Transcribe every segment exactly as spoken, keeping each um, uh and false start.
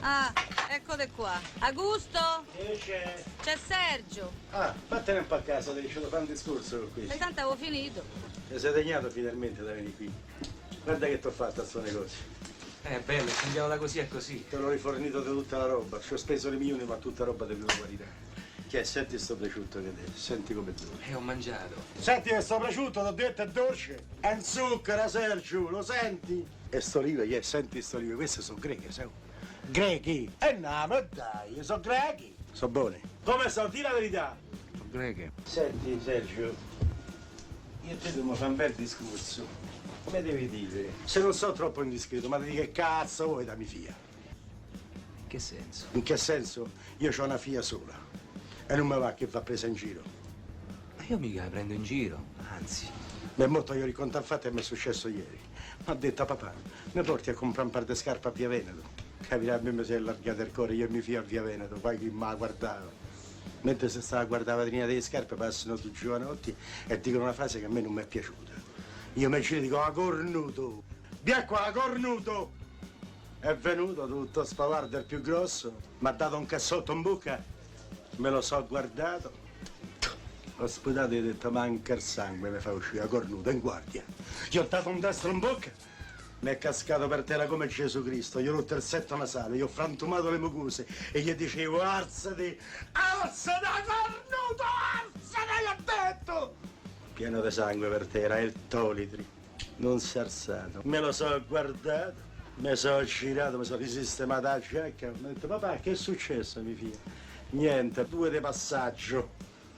Ah, eccole qua. Augusto? Che c'è? C'è Sergio. Ah, vattene un po' a casa, devi fare un discorso con questo. E tanto avevo finito. Ti sei degnato finalmente da venire qui. Guarda che ti ho fatto a sto negozio. Eh, bello, cambiato da così a così. Te l'ho rifornito di tutta la roba. Ci ho speso le milioni, ma tutta roba di prima qualità. Che è? Senti sto prosciutto che è, senti come dura. Eh, ho mangiato. Senti che sto prosciutto, ti ho detto, è dolce. È in zucchero, Sergio, lo senti? E sto olive, che è? Senti sto olive, queste sono greche, sai? Grechi? Eh no, ma dai, sono grechi. Sono buone. Come sono? Dì la verità. Sono greche. Senti, Sergio, io e te dobbiamo fare un bel discorso. Come devi dire? Se non sono troppo indiscreto, ma di che cazzo vuoi da mia figlia? In che senso? In che senso? Io ho una figlia sola e non mi va che va presa in giro. Ma io mica la prendo in giro, anzi. Mi è molto io riconto al fatto che mi è successo ieri. Mi ha detto papà, mi porti a comprare un paio di scarpe a Via Veneto. Capirà, a me mi si è allargato il cuore, io e mia figlia a Via Veneto, poi chi mi guardava. Mentre si stava a guardare la vetrina delle scarpe passano due giovanotti e dicono una frase che a me non mi è piaciuta. Io mi giro e dico, ah, cornuto! Via qua, cornuto! È venuto tutto spavardo il più grosso, mi ha dato un cassotto in bocca, me lo so guardato, ho sputato e ho detto, manca il sangue, mi fa uscire cornuto in guardia. Gli ho dato un destro in bocca, mi è cascato per terra come Gesù Cristo, gli ho rotto il setto nasale, gli ho frantumato le mucose e gli dicevo, alzati, alzati cornuto, alzati, gli ho detto! Pieno di sangue per terra, e il tolitri, non si è alzato. Me lo so guardato, mi sono girato, mi sono risistemato la giacca, mi ho detto, papà, che è successo, mia figlia? Niente, due di passaggio.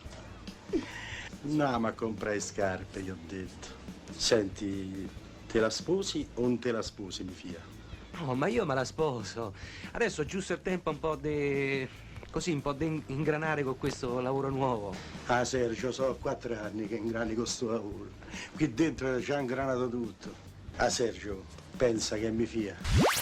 No, ma comprai scarpe, gli ho detto. Senti, te la sposi o non te la sposi, mia figlia? No, ma io me la sposo. Adesso è giusto il tempo un po' di... così, un po' di ingranare con questo lavoro nuovo. Ah, Sergio, so quattro anni che ingrani con sto lavoro. Qui dentro è già ingranato tutto. Ah, Sergio, pensa che è mia figlia.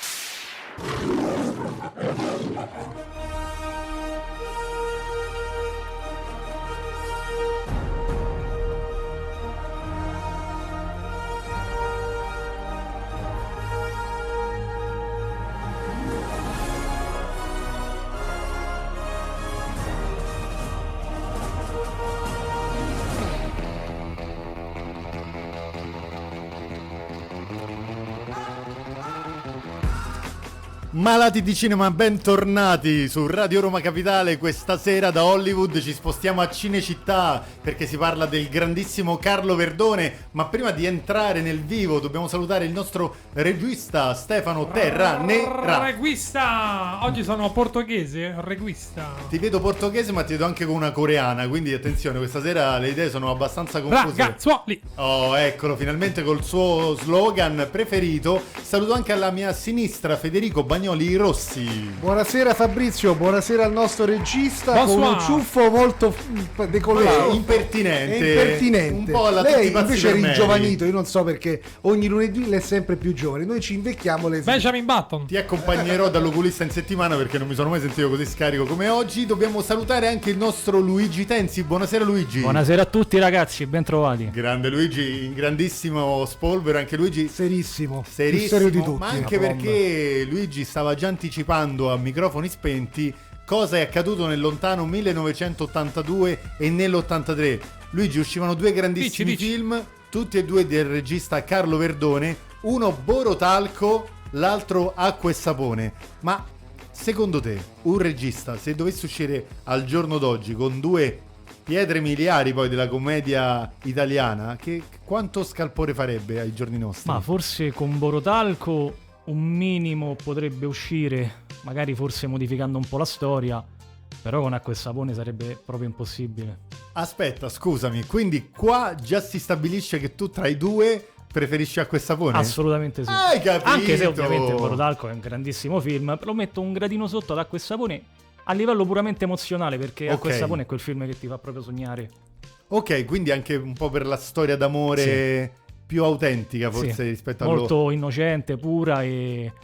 Malati di cinema, bentornati su Radio Roma Capitale. Questa sera da Hollywood ci spostiamo a Cinecittà perché si parla del grandissimo Carlo Verdone. Ma prima di entrare nel vivo dobbiamo salutare il nostro regista Stefano Terranera. Regista! Oggi sono portoghese, regista. Ti vedo portoghese ma ti vedo anche con una coreana, quindi attenzione, questa sera le idee sono abbastanza confuse. Ragazzuoli! Oh, eccolo, finalmente col suo slogan preferito. Saluto anche alla mia sinistra Federico Bagnoli Rossi. Buonasera Fabrizio, buonasera al nostro regista. Bonsoir. Con un ciuffo molto decolleto, impertinente, impertinente. un po' alla lei tutti i pazzi invece è per ringiovanito, io non so perché ogni lunedì lei è sempre più giovane, noi ci invecchiamo le Benjamin Button. Ti accompagnerò dall'oculista in settimana perché non mi sono mai sentito così scarico come oggi. Dobbiamo salutare anche il nostro Luigi Tenzi. Buonasera Luigi. Buonasera a tutti ragazzi, ben trovati. Grande Luigi, in grandissimo spolvero, anche Luigi serissimo, serissimo, più serio di tutti, ma anche perché Luigi stava già anticipando a microfoni spenti cosa è accaduto nel lontano millenovecentottantadue e nell'ottantatré. Luigi, uscivano due grandissimi dici, dici. film, tutti e due del regista Carlo Verdone, uno Borotalco, l'altro Acqua e Sapone. Ma secondo te un regista, se dovesse uscire al giorno d'oggi con due pietre miliari poi della commedia italiana, che quanto scalpore farebbe ai giorni nostri? Ma forse con Borotalco un minimo potrebbe uscire, magari forse modificando un po' la storia, però con Acqua e Sapone sarebbe proprio impossibile. Aspetta, scusami, quindi qua già si stabilisce che tu tra i due preferisci Acqua e Sapone? Assolutamente sì. Hai capito? Anche se ovviamente Borotalco è un grandissimo film, lo metto un gradino sotto ad Acqua e Sapone a livello puramente emozionale, perché Ok. Acqua e Sapone è quel film che ti fa proprio sognare. Ok, quindi anche un po' per la storia d'amore più autentica forse Sì, rispetto a molto innocente, pura e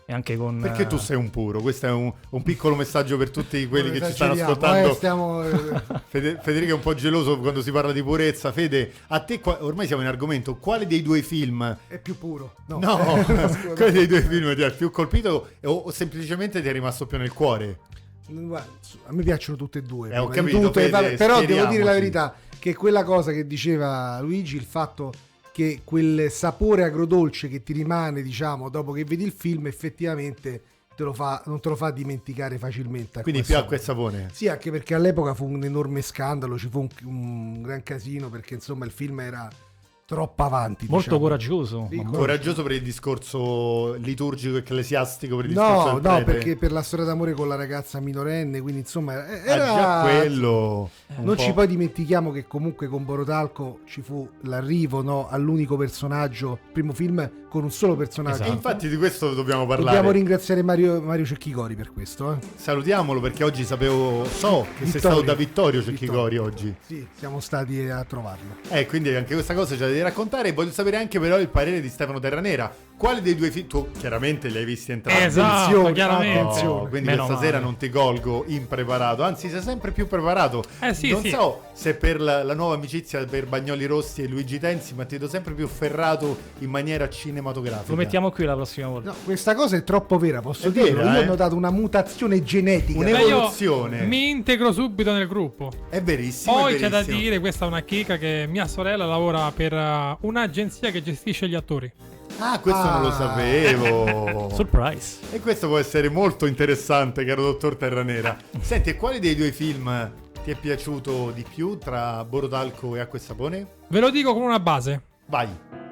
e anche con... Perché tu eh, sei un puro, questo è un, un piccolo messaggio per tutti quelli che ci stanno Esageriamo, ascoltando. eh, stiamo, eh, Fede- Federico è un po' geloso quando si parla di purezza. Fede, a te qua- ormai siamo in argomento, quale dei due film... è più puro. No, No, scusa. quale dei due film ti ha più colpito o, o semplicemente ti è rimasto più nel cuore? Guarda, a me piacciono tutte e due, Eh, ho prima di capito, tutto, e Fede, vabbè, però devo dire la schieriamoci. verità che quella cosa che diceva Luigi, il fatto che quel sapore agrodolce che ti rimane, diciamo, dopo che vedi il film, effettivamente te lo fa, non te lo fa dimenticare facilmente. Quindi più acqua e sapone. Sì, anche perché all'epoca fu un enorme scandalo, ci fu un, un gran casino perché insomma il film era troppo avanti. molto diciamo. coraggioso. Sì, ma- Coraggioso per il discorso liturgico ecclesiastico, per il discorso No, del no, prete. perché per la storia d'amore con la ragazza minorenne, quindi insomma Ah, era già quello un Non po'. ci poi dimentichiamo che comunque con Borotalco ci fu l'arrivo, no, all'unico personaggio, primo film con un solo personaggio. Esatto. E infatti di questo dobbiamo parlare. Dobbiamo ringraziare Mario, Mario Cecchicori per questo. Eh. Salutiamolo perché oggi sapevo, so che sei Vittorio. stato da Vittorio Cecchicori Vittorio. oggi. Sì, siamo stati a trovarlo. Eh, quindi anche questa cosa ce la devi raccontare. Voglio sapere anche però il parere di Stefano Terranera. Quali dei due film? Tu chiaramente li hai visti entrambi. Esatto, Attenzione, chiaramente. attenzione. Oh, quindi Meno questa sera male. non ti colgo impreparato, anzi sei sempre più preparato. Eh sì, non sì. so se per la, la nuova amicizia per Bagnoli Rossi e Luigi Tenzi, ma ti vedo sempre più ferrato in maniera cinematografica. Lo mettiamo qui la prossima volta. No, questa cosa è troppo vera, posso È dirlo. vera, Io eh? ho notato una mutazione genetica. Un'evo- Beh, io Evoluzione. mi integro subito nel gruppo. È verissimo. Poi è c'è da verissimo. dire, questa è una chicca, che mia sorella lavora per eh, un'agenzia che gestisce gli attori. Ah, questo non lo Ah. sapevo. Surprise. E questo può essere molto interessante, caro dottor Terranera. Senti, e quali dei due film ti è piaciuto di più tra Borotalco e Acqua e Sapone? Ve lo dico con una base. Vai.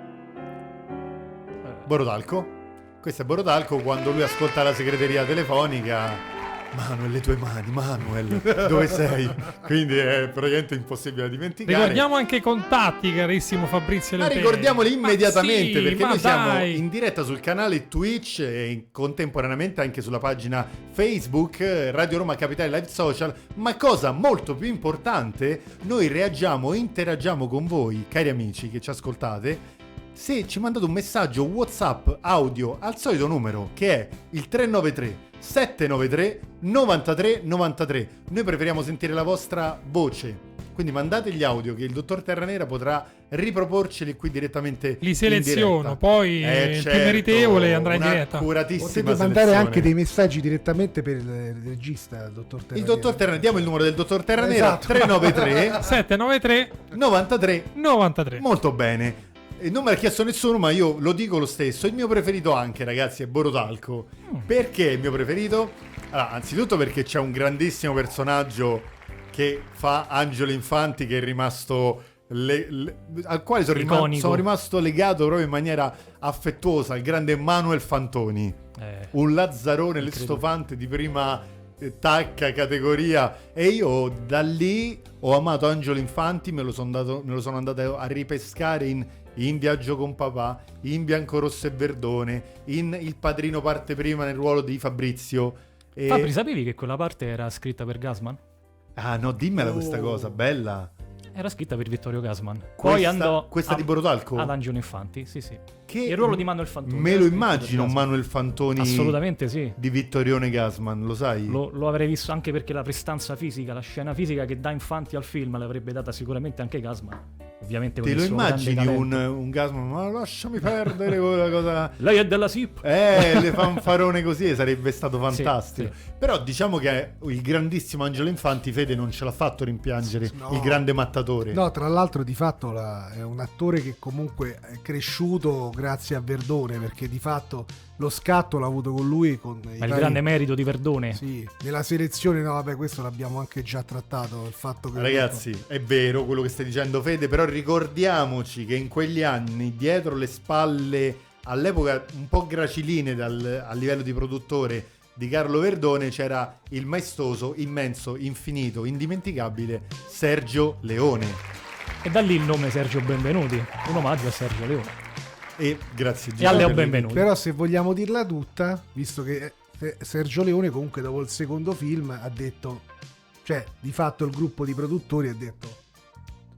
Borotalco. Questo è Borotalco quando lui ascolta la segreteria telefonica. Manuel, le tue mani, Manuel, dove sei? Quindi è praticamente impossibile da dimenticare. Ricordiamo anche i contatti, carissimo Fabrizio Ma Leopeni. ricordiamoli Ma immediatamente sì, perché ma noi siamo dai. in diretta sul canale Twitch e in- contemporaneamente anche sulla pagina Facebook eh, Radio Roma Capitale Live Social, ma cosa molto più importante, noi reagiamo e interagiamo con voi, cari amici che ci ascoltate, se ci mandate un messaggio WhatsApp audio al solito numero che è il tre nove tre sette nove tre nove tre nove tre. Noi preferiamo sentire la vostra voce. Quindi mandate gli audio che il dottor Terranera potrà riproporceli qui direttamente. Li in seleziono, diretta. poi Eh, il più certo, meritevole andrà in una diretta. Accuratissima Potete mandare selezione. anche dei messaggi direttamente per il regista, dottor Terranera. Il dottor Terranera, diamo il numero del dottor Terranera, Esatto. tre nove tre sette nove tre novantatré. novantatré. Molto bene. E non me l'ha chiesto nessuno, ma io lo dico lo stesso. Il mio preferito anche, ragazzi, è Borotalco. Perché è il mio preferito? Allora, anzitutto perché c'è un grandissimo personaggio che fa Angelo Infanti, che è rimasto le- le- al quale sono, rima- Iconico. sono rimasto legato proprio in maniera affettuosa, il grande Manuel Fantoni. Eh, Un lazzarone, Incredibile. l'estofante di prima eh, tacca categoria, e io da lì ho amato Angelo Infanti, me lo sono andato, me lo sono andato a ripescare in In Viaggio con papà, in Bianco Rosso e Verdone, in Il Padrino parte prima nel ruolo di Fabrizio. E... Fabri, sapevi che quella parte era scritta per Gasman? Ah no, dimmela questa Oh. cosa, bella. Era scritta per Vittorio Gasman. Poi Questa- andò questa a- di Borotalco? ad Angelo Infanti, sì sì. Che Il ruolo di Manuel Fantoni. Me era lo scritto per immagino un Gasman. Manuel Fantoni Assolutamente sì. di Vittorione Gasman, lo sai? Lo, lo avrei visto anche perché la prestanza fisica, la scena fisica che dà Infanti al film l'avrebbe data sicuramente anche Gasman. Ovviamente con Te il lo suo grande immagini un, talento. un Gasman? Ma lasciami perdere quella cosa. Lei è della S I P. Eh, le fanfarone così sarebbe stato fantastico. sì. Però diciamo che il grandissimo Angelo Infanti, Fede, non ce l'ha fatto rimpiangere. No. Il grande mattatore. No, tra l'altro di fatto la- è un attore che comunque è cresciuto grazie a Verdone, perché di fatto lo scatto l'ha avuto con lui con i Ma il vari- grande merito di Verdone. Sì, nella selezione, no vabbè, questo l'abbiamo anche già trattato, il fatto che Ragazzi, è vero quello che stai dicendo, Fede, però ricordiamoci che in quegli anni, dietro le spalle, all'epoca un po' graciline dal, a livello di produttore di Carlo Verdone, c'era il maestoso, immenso, infinito, indimenticabile Sergio Leone. E da lì il nome Sergio Benvenuti, un omaggio a Sergio Leone. E grazie E a Leo per- Benvenuti. Però se vogliamo dirla tutta, visto che eh, Sergio Leone comunque dopo il secondo film ha detto, cioè di fatto il gruppo di produttori ha detto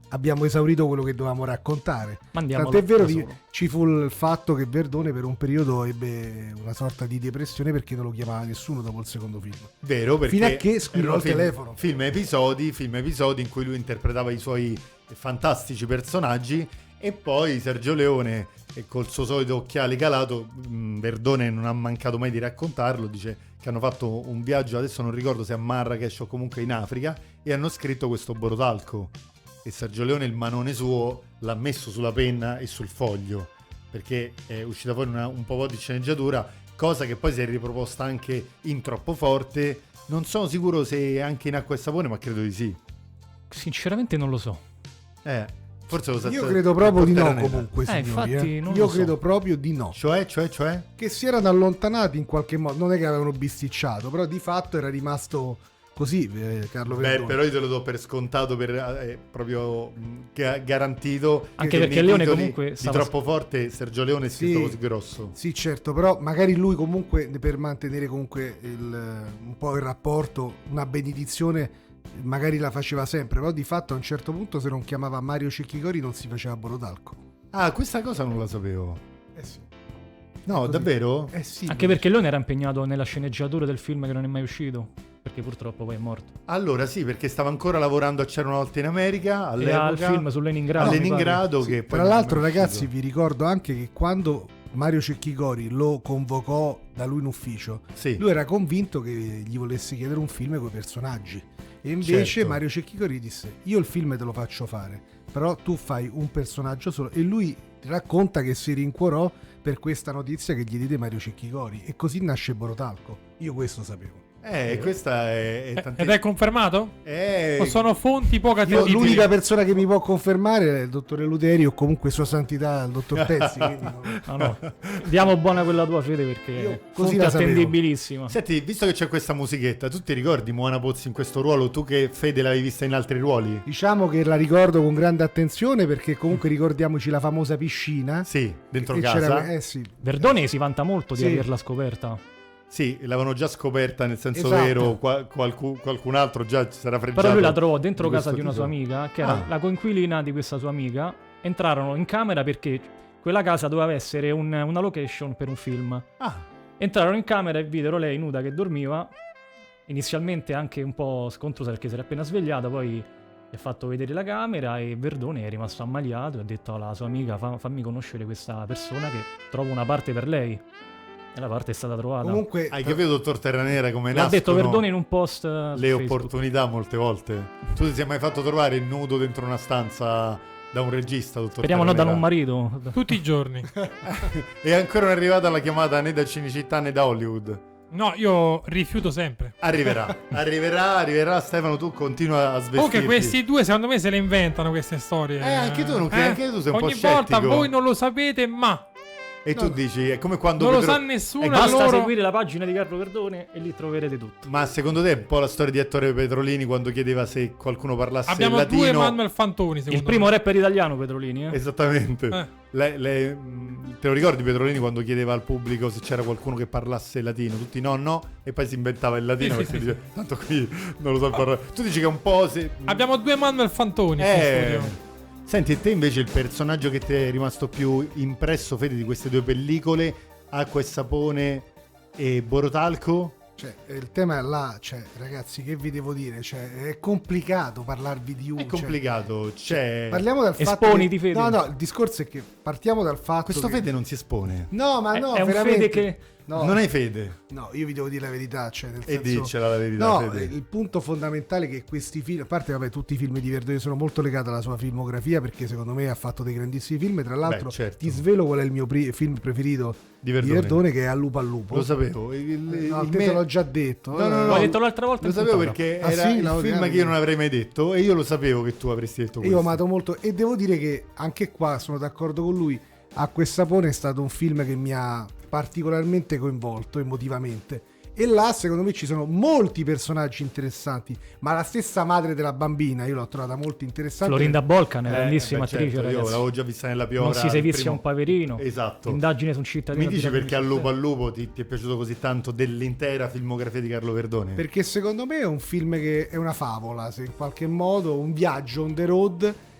abbiamo esaurito quello che dovevamo raccontare. Mandiamolo Tant'è vero da che solo. ci fu il fatto che Verdone per un periodo ebbe una sorta di depressione perché non lo chiamava nessuno dopo il secondo film. Vero, perché Fino a che squillò erano il film, telefono. Film episodi, film episodi in cui lui interpretava i suoi fantastici personaggi, e poi Sergio Leone, e col suo solito occhiale calato, mh, Verdone non ha mancato mai di raccontarlo, dice che hanno fatto un viaggio, adesso non ricordo se a Marrakesh o comunque in Africa, e hanno scritto questo Borotalco, e Sergio Leone, il manone suo, l'ha messo sulla penna e sul foglio, perché è uscita fuori una, un po' di sceneggiatura, cosa che poi si è riproposta anche in Troppo Forte. Non sono sicuro se anche in Acqua e Sapone, ma credo di sì. Sinceramente non lo so. Eh, forse lo sa. Io credo proprio di no Porteranella. comunque, Eh, signori, infatti, eh. non Io lo so. credo proprio di no. Cioè, cioè, cioè? Che si erano allontanati in qualche modo, non è che avevano bisticciato, però di fatto era rimasto così eh, Carlo Beh, Verdone. però io te lo do per scontato, per eh, proprio mh, ga- garantito. Anche che perché nei Leone titoli comunque di stava- Troppo Forte Sergio Leone è scritto Sì. così grosso. Sì, certo, però magari lui comunque per mantenere comunque il, un po' il rapporto, una benedizione, magari la faceva sempre, però di fatto a un certo punto se non chiamava Mario Cecchicori non si faceva Borotalco. Ah, questa cosa non la sapevo. Eh sì. No, Così. davvero? Eh sì. Anche perché Leone era impegnato nella sceneggiatura del film che non è mai uscito, perché purtroppo poi è morto. Allora sì, perché stava ancora lavorando a C'era una volta in America E ha il all'epoca. film su Leningrado. a mi pare. Leningrado, che poi Tra non è l'altro mai ragazzi uscito. vi ricordo anche che quando Mario Cecchicori lo convocò da lui in ufficio, Sì. lui era convinto che gli volesse chiedere un film con i personaggi, e invece Certo. Mario Cecchicori disse: io il film te lo faccio fare, però tu fai un personaggio solo, e lui racconta che si rincuorò per questa notizia che gli diede Mario Cecchicori, e così nasce Borotalco. Io questo sapevo. Eh, questa è, è Eh, tanti- Ed è confermato? Eh, O sono fonti poco Io, attendibili? l'unica persona che mi può confermare è il dottore Luteri, o comunque sua santità il dottor Pezzi, quindi non- No, no. Diamo buona quella tua fede perché Io è così fonte la sapevo. attendibilissima. Senti, visto che c'è questa musichetta, tu ti ricordi Moana Pozzi in questo ruolo? Tu che Fede l'avevi vista in altri ruoli? Diciamo che la ricordo con grande attenzione, perché comunque ricordiamoci la famosa piscina. Sì, dentro E casa. c'era- eh sì. Verdone si vanta molto di Sì. averla scoperta. Sì, l'avevano già scoperta, nel senso Esatto. vero, qual- qualcu- qualcun altro già si era freggiato. Però lui la trovò dentro di casa questo di una sua titolo. amica, che era Ah. la coinquilina di questa sua amica. Entrarono in camera perché quella casa doveva essere un- una location per un film. Ah, Entrarono in camera e videro lei nuda che dormiva. Inizialmente anche un po' scontrosa perché si era appena svegliata, poi gli ha fatto vedere la camera e Verdone è rimasto ammaliato e ha detto alla sua amica: "Fa- fammi conoscere questa persona che trovo una parte per lei". E la parte è stata trovata. Comunque, hai capito, dottor Terranera, come L'ha detto nascono Verdone in un post eh, su le Facebook. opportunità molte volte? Tu ti sei mai fatto trovare nudo dentro una stanza da un regista, dottor Speriamo non da un Terranera? marito. Tutti i giorni. E ancora non è arrivata la chiamata né da Cinecittà né da Hollywood. No, io rifiuto sempre. Arriverà, arriverà, arriverà. Stefano, tu continua a svestirti. Comunque questi due secondo me se le inventano queste storie. Eh, anche tu non credi, anche tu sei un po' Ogni volta scettico. voi non lo sapete, ma E tu dici, è come quando non lo Pedro- sa nessuno. Eh, e Basta loro... seguire la pagina di Carlo Verdone e lì troverete tutto. Ma secondo te è un po' la storia di Ettore Petrolini quando chiedeva se qualcuno parlasse Abbiamo latino? due Manuel Fantoni, secondo Il primo me. rapper italiano Petrolini, eh? Esattamente. Eh. Le- le- mh, te lo ricordi Petrolini quando chiedeva al pubblico se c'era qualcuno che parlasse latino? Tutti no, no, e poi si inventava il latino Sì, perché sì, dice, tanto qui non lo so parlare. Tu dici che è un po' se... Abbiamo due Manuel Fantoni in Eh, studio. senti, e te invece il personaggio che ti è rimasto più impresso, Fede, di queste due pellicole, Acqua e Sapone e Borotalco? cioè, il tema è là, cioè, ragazzi, che vi devo dire? Cioè, è complicato parlarvi di uno. È complicato, c'è... Parliamo dal fatto Esponiti, che... Fede. No, no, il discorso è che partiamo dal fatto Questo che... Fede non si espone. No, ma È- no, è un veramente... Fede che- No, Non hai fede. no, io vi devo dire la verità, cioè, nel E senso... diccela la verità, No, Fede. il punto fondamentale è che questi film, a parte vabbè, tutti i film di Verdone sono molto legati alla sua filmografia, perché secondo me ha fatto dei grandissimi film. Tra l'altro, Beh, certo. ti svelo qual è il mio pri- film preferito Di di Verdone. Verdone, che è Al lupo al lupo. Lo sapevo. Il, il- No, il te me- te l'ho già detto. No, no, no, L'ho no. detto l'altra volta Lo in sapevo puntata. perché Ah, era sì? il No, film grande. che io non avrei mai detto e io lo sapevo che tu avresti detto questo. Io ho amato molto, e devo dire che anche qua sono d'accordo con lui. Acqua e Sapone è stato un film che mi ha particolarmente coinvolto emotivamente, e là secondo me ci sono molti personaggi interessanti, ma la stessa madre della bambina io l'ho trovata molto interessante. Florinda Bolcan, Eh, grandissima beh, attrice, certo, io ragazzi. l'avevo già vista nella Piora. Non si il sevizia primo- un paverino. Esatto. Indagine su un cittadino. Mi dici abitato perché al nel lupo al lupo ti, ti è piaciuto così tanto dell'intera filmografia di Carlo Verdone? Perché secondo me è un film che è una favola, se in qualche modo, un viaggio on the road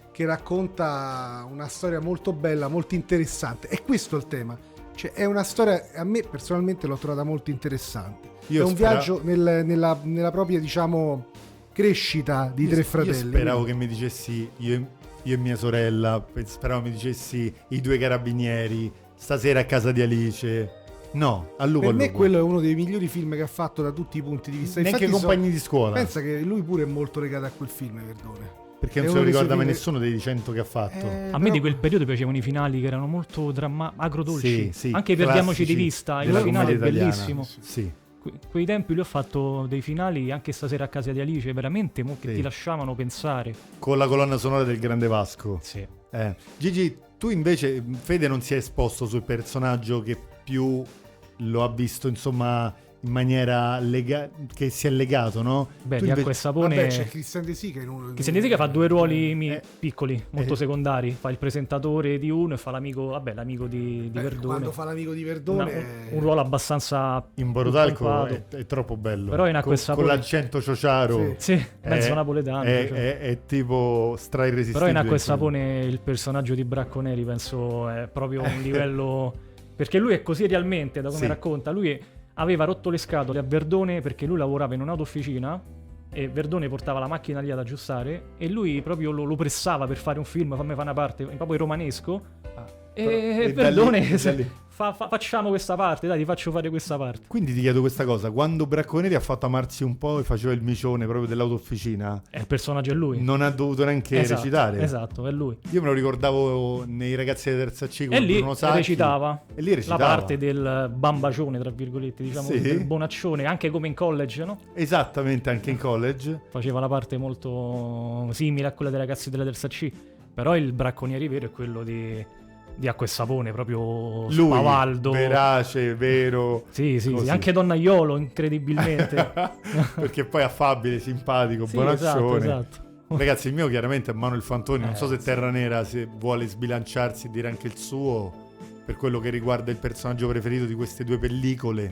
che racconta una storia molto bella, molto interessante. E questo è il tema. Cioè, è una storia, a me personalmente l'ho trovata molto interessante. Io è un spera- viaggio nel- nella, nella propria, diciamo, crescita di Io- tre fratelli. Io speravo che mi dicessi io e, io e mia sorella, pe- speravo mi dicessi i due carabinieri, stasera a casa di Alice. No, al lupo Per al me lupo. quello è uno dei migliori film che ha fatto da tutti i punti di vista. Neanche Infatti, compagni so- di scuola. Pensa che lui pure è molto legato a quel film, Verdone. Perché è non se uno lo dei ricorda suoi mai film- nessuno dei cento che ha fatto. Eh, A me però- di quel periodo piacevano i finali che erano molto dramma- agrodolci. Sì, sì, Anche perdiamoci di classici vista, il della finale è commedia italiana. bellissimo. Sì. Que- quei tempi lui ha fatto dei finali anche stasera a casa di Alice, veramente mo, che Sì. ti lasciavano pensare. Con la colonna sonora del Grande Vasco. Sì. Eh. Gigi, tu invece, Fede non si è esposto sul personaggio che più lo ha visto, insomma, in maniera lega- che si è legato, no? Beh, Tu di invece- acqua e sapone. Vabbè, c'è Christian De Sica in uno. Che si fa due ruoli mi- Eh, piccoli, molto eh. secondari. Fa il presentatore di uno e fa l'amico, vabbè, l'amico di, di Eh, Verdone. quando fa l'amico di Una- Verdone. un, un ruolo abbastanza In Borotalco pompato. è, è troppo bello. Però in Acqua con, e Sapone- con l'accento ciociaro. Sì. Sì, mezzo È- napoletano. È, cioè. è- è tipo stra irresistibile. Però in Acqua e quello. Sapone il personaggio di Bracco Neri penso è proprio un livello. Perché lui è così realmente, da come Sì. racconta. Lui aveva rotto le scatole a Verdone perché lui lavorava in un'autofficina e Verdone portava la macchina lì ad aggiustare e lui proprio lo, lo pressava per fare un film, fammi fare una parte, proprio in romanesco. E, Però- e e da Verdone lì- da se- lì. fa- fa- facciamo questa parte, dai, ti faccio fare questa parte. Quindi ti chiedo questa cosa, quando Bracconeri ha fatto amarsi un po' e faceva il micione proprio dell'autofficina, E il personaggio è lui. non ha dovuto neanche Esatto, recitare. Esatto, è lui. Io me lo ricordavo nei ragazzi della terza C con E lì Bruno Sacchi. recitava. E lì La recitava. parte del bambacione, tra virgolette, diciamo, Sì. del bonaccione, anche come in college, no? Esattamente, anche in college. Faceva la parte molto simile a quella dei ragazzi della terza C. Però il bracconieri vero è quello di, di Acqua e Sapone, proprio Lui, spavaldo. verace, vero. Sì, sì, così. sì, anche Donnaiolo, incredibilmente. Perché poi è affabile, simpatico, Sì, bonaccione. esatto, esatto. Ragazzi, il mio chiaramente è Manuel Fantoni. Non Eh, so se sì. Terra Nera se vuole sbilanciarsi e dire anche il suo per quello che riguarda il personaggio preferito di queste due pellicole.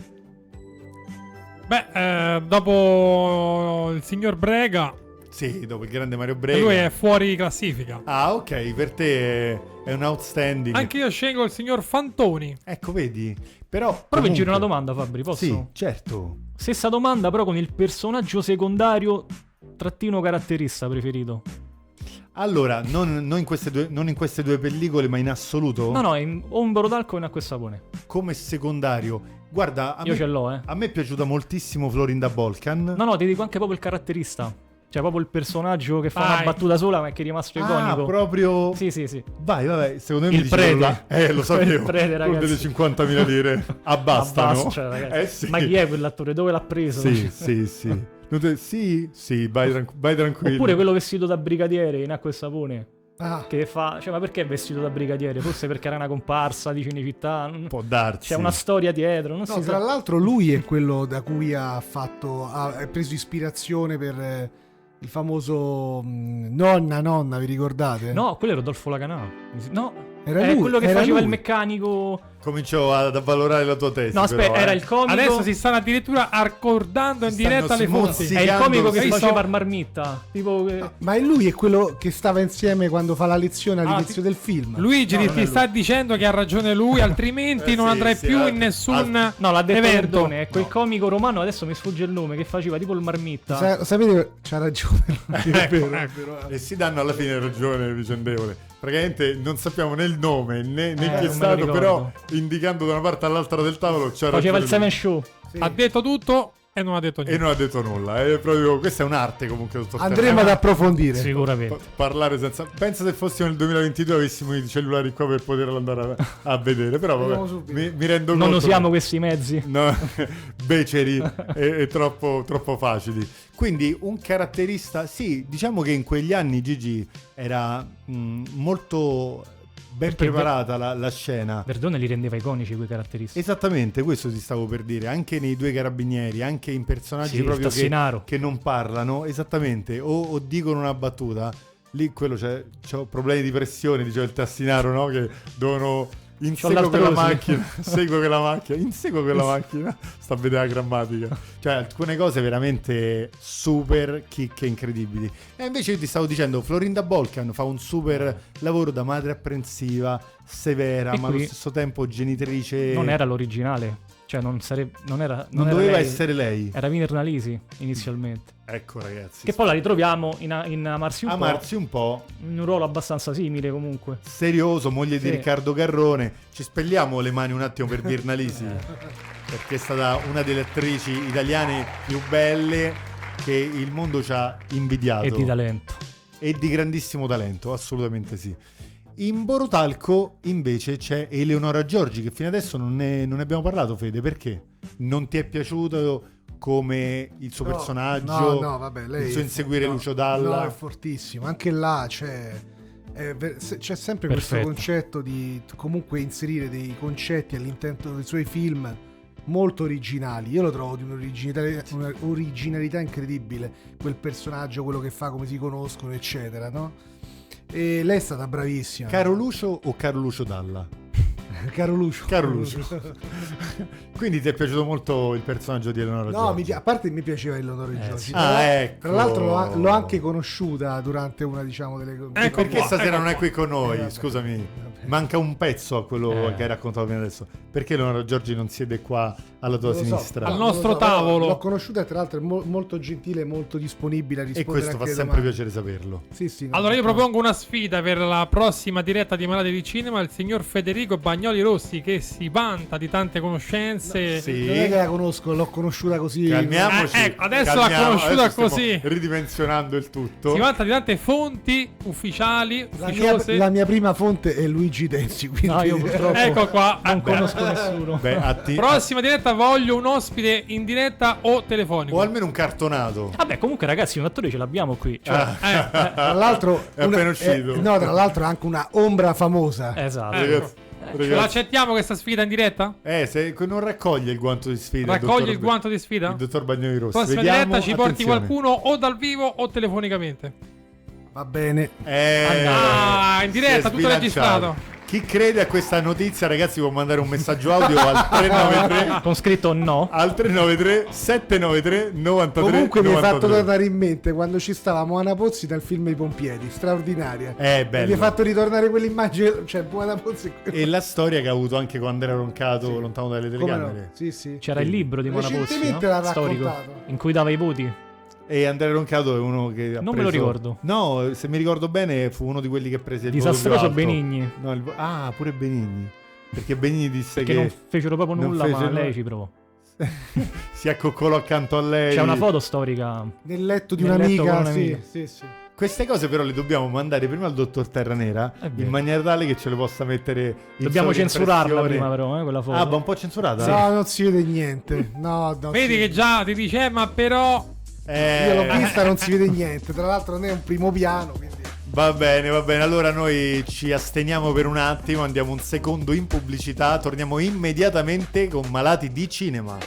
Beh, eh, dopo il signor Brega, Sì, dopo il grande Mario Brega. lui è fuori classifica. Ah, ok, per te è- è un outstanding. Anche io scelgo il signor Fantoni. Ecco, vedi? Però Però vi comunque- giro una domanda, Fabri, posso? Sì, certo. Stessa domanda, però con il personaggio secondario trattino caratterista preferito. Allora, non, non in queste due, non in queste due pellicole, ma in assoluto, No, no, in, o in Borotalco o in Acqua e Sapone. come secondario. Guarda, a Io me, ce l'ho, eh. a me è piaciuta moltissimo Florinda Bolkan. No, no, ti dico anche proprio il caratterista. Cioè, proprio il personaggio che fa Vai. una battuta sola, ma che è rimasto Ah, iconico. proprio... Sì, sì, sì. Vai, vabbè, secondo me Il mi dici quello prete. là. Eh, lo sapevo. Il prete, Quello ragazzi. delle cinquantamila lire. Abbastano. Abbassa, cioè, ragazzi. Eh sì. Ma chi è quell'attore? Dove l'ha preso? Sì, sì, sì. Non te- Sì, sì, vai, tranqu- vai tranquillo. Oppure quello vestito da brigadiere in Acqua e Sapone. Ah, Che fa... Cioè, ma perché è vestito da brigadiere? Forse perché era una comparsa di Cinecittà. Non- Può darsi. C'è una storia dietro, non no, si tra sa. l'altro lui è quello da cui ha fatto ha, ha preso ispirazione per eh, il famoso mh, Nonna Nonna, vi ricordate? No, quello è Rodolfo Lacanà. No, Era è lui, quello che era faceva lui. il meccanico. Comincio ad avvalorare la tua tesi. No, aspetta, però, eh. era il comico. Adesso si stanno addirittura accordando in Si stanno diretta le fonti. smozzi- È il comico che Hai si visto? faceva il marmitta. Tipo. eh, No, ma è lui è quello che stava insieme quando fa la lezione all'inizio ti- del film. Luigi No, ti, non ti è sta dicendo che ha ragione lui, altrimenti Eh non sì, andrai sì, più eh. in nessun No, l'ha detto evento. Verdone, è quel comico romano, adesso mi sfugge il nome, che faceva tipo il marmitta. Sa- sapete, c'ha ragione. è vero, è ecco. vero. E si danno alla fine ragione vicendevole. Praticamente non sappiamo né il nome né, né Eh, chi è non me lo stato, ricordo. però indicando da una parte all'altra del tavolo c'era Faceva il ragione Seven lui. Show. Sì. Ha detto tutto e non ha detto E niente. non ha detto nulla. È proprio, questa è un'arte comunque. Tutto Andremo ad approfondire. Sicuramente. Pa- parlare senza. Pensa se fossimo nel duemilaventidue e avessimo i cellulari qua per poterlo andare a, a vedere. Però Vediamo vabbè, subito. mi, mi rendo Non conto. usiamo questi mezzi. No, beceri e, e troppo, troppo facili. Quindi un caratterista, sì, diciamo che in quegli anni Gigi era mh, molto ben Perché preparata la, la scena. Verdone li rendeva iconici quei caratteristici. Esattamente, questo ti stavo per dire, anche nei due carabinieri, anche in personaggi Sì, il proprio che, Tassinaro. che non parlano, esattamente, o, o dicono una battuta, lì quello c'è, c'ho problemi di pressione, diceva il Tassinaro, no? Che devono Inseguo quella l'artrosi. macchina, seguo quella macchina, inseguo quella macchina. Sta a vedere la grammatica. Cioè, alcune cose veramente super chicche, incredibili. E invece io ti stavo dicendo, Florinda Bolkan fa un super lavoro da madre apprensiva, severa, E ma qui allo stesso tempo genitrice. Non era l'originale, cioè non, sare- non era... Non, era doveva lei. essere lei. Era Wiener Nalisi inizialmente. Ecco, ragazzi. Che poi la ritroviamo in, in Amarsi un Amarsi un po'. po', in un ruolo abbastanza simile comunque. Serioso, moglie di Sì. Riccardo Garrone. Ci spelliamo le mani un attimo per Virnalisi, perché è stata una delle attrici italiane più belle che il mondo ci ha invidiato. E di talento. E di grandissimo talento, assolutamente sì. In Borotalco invece c'è Eleonora Giorgi, che fino adesso non ne, non ne abbiamo parlato, Fede. Perché? Non ti è piaciuto come il suo No, personaggio, no, no, vabbè, lei il suo è- inseguire no, Lucio Dalla? No, è fortissimo. Anche là c'è, è ver- se- c'è sempre Perfetto. questo concetto di comunque inserire dei concetti all'interno dei suoi film molto originali. Io lo trovo di un'originalità, un'originalità incredibile, quel personaggio, quello che fa, come si conoscono, eccetera, no? E lei è stata bravissima. Caro Lucio o Caro Lucio Dalla? Caro Lucio. Caro Lucio. Quindi ti è piaciuto molto il personaggio di Eleonora No, Giorgi? mi pi- a parte mi piaceva Eleonora Eh, Giorgi. sì. Tra, Ah, ecco. tra l'altro l'ho, l'ho anche conosciuta durante una, diciamo, delle Ecco Perché qua, stasera ecco non è qua. qui con noi? Vabbè. Scusami, manca un pezzo a quello Eh. che hai raccontato prima adesso. Perché Eleonora Giorgi non siede qua alla tua Non lo so. sinistra? Al No, non lo nostro so, tavolo. L'ho conosciuta e tra l'altro è mo- molto gentile, molto disponibile a E rispondere questo fa anche alle sempre domande. piacere saperlo. Sì, sì, no, Allora io no. propongo una sfida per la prossima diretta di Malati di Cinema, il signor Federico Bagnoli Rossi, che si vanta di tante conoscenze. Sì. Non è che la conosco, l'ho conosciuta così. Calmiamoci. Eh, ecco, adesso l'ha calmiamo, conosciuta adesso stiamo così. ridimensionando il tutto. Si vanta di tante fonti ufficiali, La mia, ufficiose. la mia prima fonte è Luigi Tenzi, quindi No, io purtroppo Ecco qua. non Eh, conosco nessuno. Beh, a ti- Prossima diretta voglio un ospite in diretta o telefonico. o almeno un cartonato. Vabbè, comunque ragazzi, un attore ce l'abbiamo qui. Cioè, Ah. Eh, tra l'altro È appena uscito. eh, no, tra l'altro è anche una ombra famosa. esatto. Ecco. Ragazzi, ce ragazzi, l'accettiamo questa sfida in diretta? eh, se non raccoglie il guanto di sfida, il Raccogli dottor- il guanto di sfida? Il dottor Bagnoli Rossi. Prossima Vediamo, diretta ci porti attenzione. qualcuno o dal vivo o telefonicamente. Va bene. Eh, Ah, in diretta, si è tutto sbilanciato. registrato. Chi crede a questa notizia, ragazzi, può mandare un messaggio audio al tre nove tre Con scritto no. al tre nove tre sette nove tre nove tre Comunque mi hai fatto novantatré. tornare in mente quando ci stavamo Ana Pozzi dal film I Pompieri, straordinaria. Eh, E bello. mi hai fatto ritornare quell'immagine, cioè Buona Pozzi. E la storia che ha avuto anche quando era roncato lontano dalle Come telecamere. no? Sì, sì. C'era il libro di Mona Pozzi, Recentemente no? l'ha Storico, raccontato. in cui dava i voti. E Andrea Roncato è uno che ha Non me preso... lo ricordo. No, se mi ricordo bene fu uno di quelli che prese il voto più Disastroso alto. Benigni. No, il vo- Ah, pure Benigni. Perché Benigni disse Che che, non fecero proprio non nulla, ma fecero- lei ci provò. si accoccolò accanto a lei. C'è una foto storica. Nel letto di Nel letto un'amica, con sì, un'amica. sì, sì. Queste cose però le dobbiamo mandare prima al dottor Terranera È in vero. maniera tale che ce le possa mettere in Dobbiamo censurarla sovraimpressione. prima però, eh, quella foto. Ah, ma un po' censurata? No, non si vede niente. No, no, Vedi sì. che già ti dice, eh, ma però... Eh, Io l'ho vista, non si vede niente. Tra l'altro non è un primo piano, quindi... Va bene, va bene. Allora noi ci asteniamo per un attimo, andiamo un secondo in pubblicità, torniamo immediatamente con Malati di Cinema.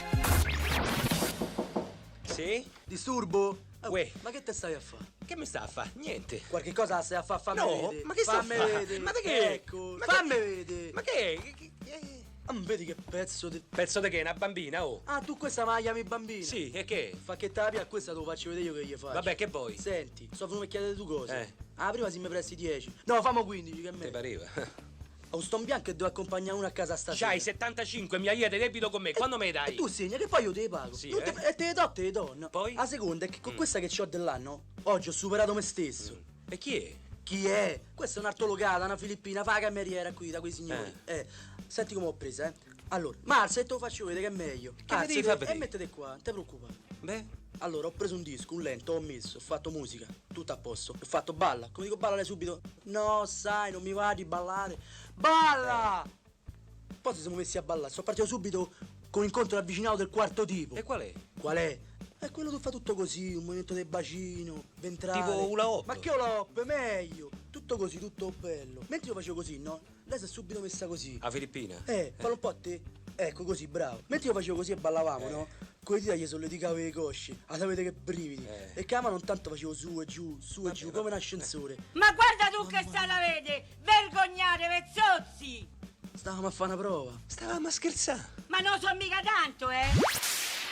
Sì? Disturbo? Eh, Uè. Ma che te stai a fare? Che mi sta a fare? Niente. Qualche cosa stai a fare? Fammi No, vedere. ma che sta a Fammi fa? vedere. Ma da che? Ecco, Ma fammi che- vedere. Ma che? che- che- eh, Ah, vedi che pezzo di... Pezzo di che? Una bambina, oh? Ah, tu questa me la chiami bambina? Sì, e che? Fa che te la pia, questa te lo faccio vedere io che gli faccio. Vabbè, che vuoi? Senti, sto venuto a chiedere due cose. Eh. Ah, prima si mi presti dieci. No, famo quindici, che Ti me. pareva? Ho un ston bianco e devo accompagnare una a casa stasera. C'hai settantacinque, mi hai di debito con me. Quando me ne dai? E tu segna che poi io te le pago. Sì, Non eh? te, e te le do, te le do. No. Poi? La seconda è che con Mm. questa che ho dell'anno, oggi ho superato me stesso. E chi è? Chi è? Questa è un'artologata, una filippina, fa la cameriera qui da quei signori. Eh. Senti come ho presa, eh. Allora, Marza, e te lo faccio vedere che è meglio. Che mi devi far vedere? E mettete qua, non te preoccupare. Beh, Allora, ho preso un disco, un lento, ho messo, ho fatto musica, tutto a posto. Ho fatto balla. Come dico balla lei subito? No, sai, non mi va di ballare. Balla! Poi ci siamo messi a ballare. Sono partito subito con incontro ravvicinato del quarto tipo. e qual è? Qual è? È quello che fa tutto così, un movimento del bacino, ventrale. Tipo hula hoop? Ma che hula hoop, meglio. Tutto così, tutto bello. Mentre io facevo così, no? Lei si è subito messa così. A Filippina? Eh, fallo un po' a te. Ecco così, bravo. Mentre io facevo così e ballavamo, Eh. no? Con le dita gli sollevicavo le cosce. Ah, sapete che brividi. Eh. E che a mano non tanto facevo su e giù, su e giù, come un ascensore. Ma guarda tu che sta la vede! Vergognate, vezzozzi! Stavamo a fare una prova. Stavamo a scherzare. Ma non so mica tanto, eh!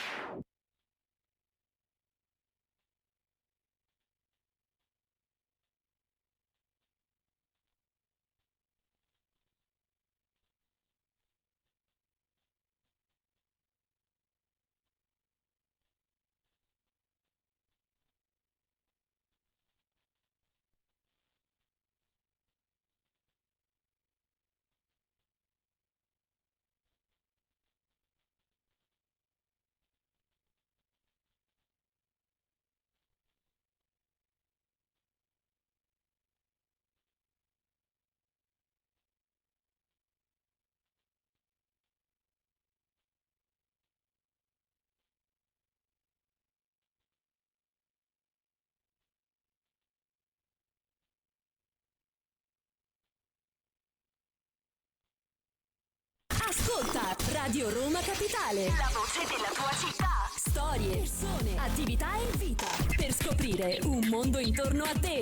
Ascolta Radio Roma Capitale, la voce della tua città. Storie, persone, attività e vita per scoprire un mondo intorno a te.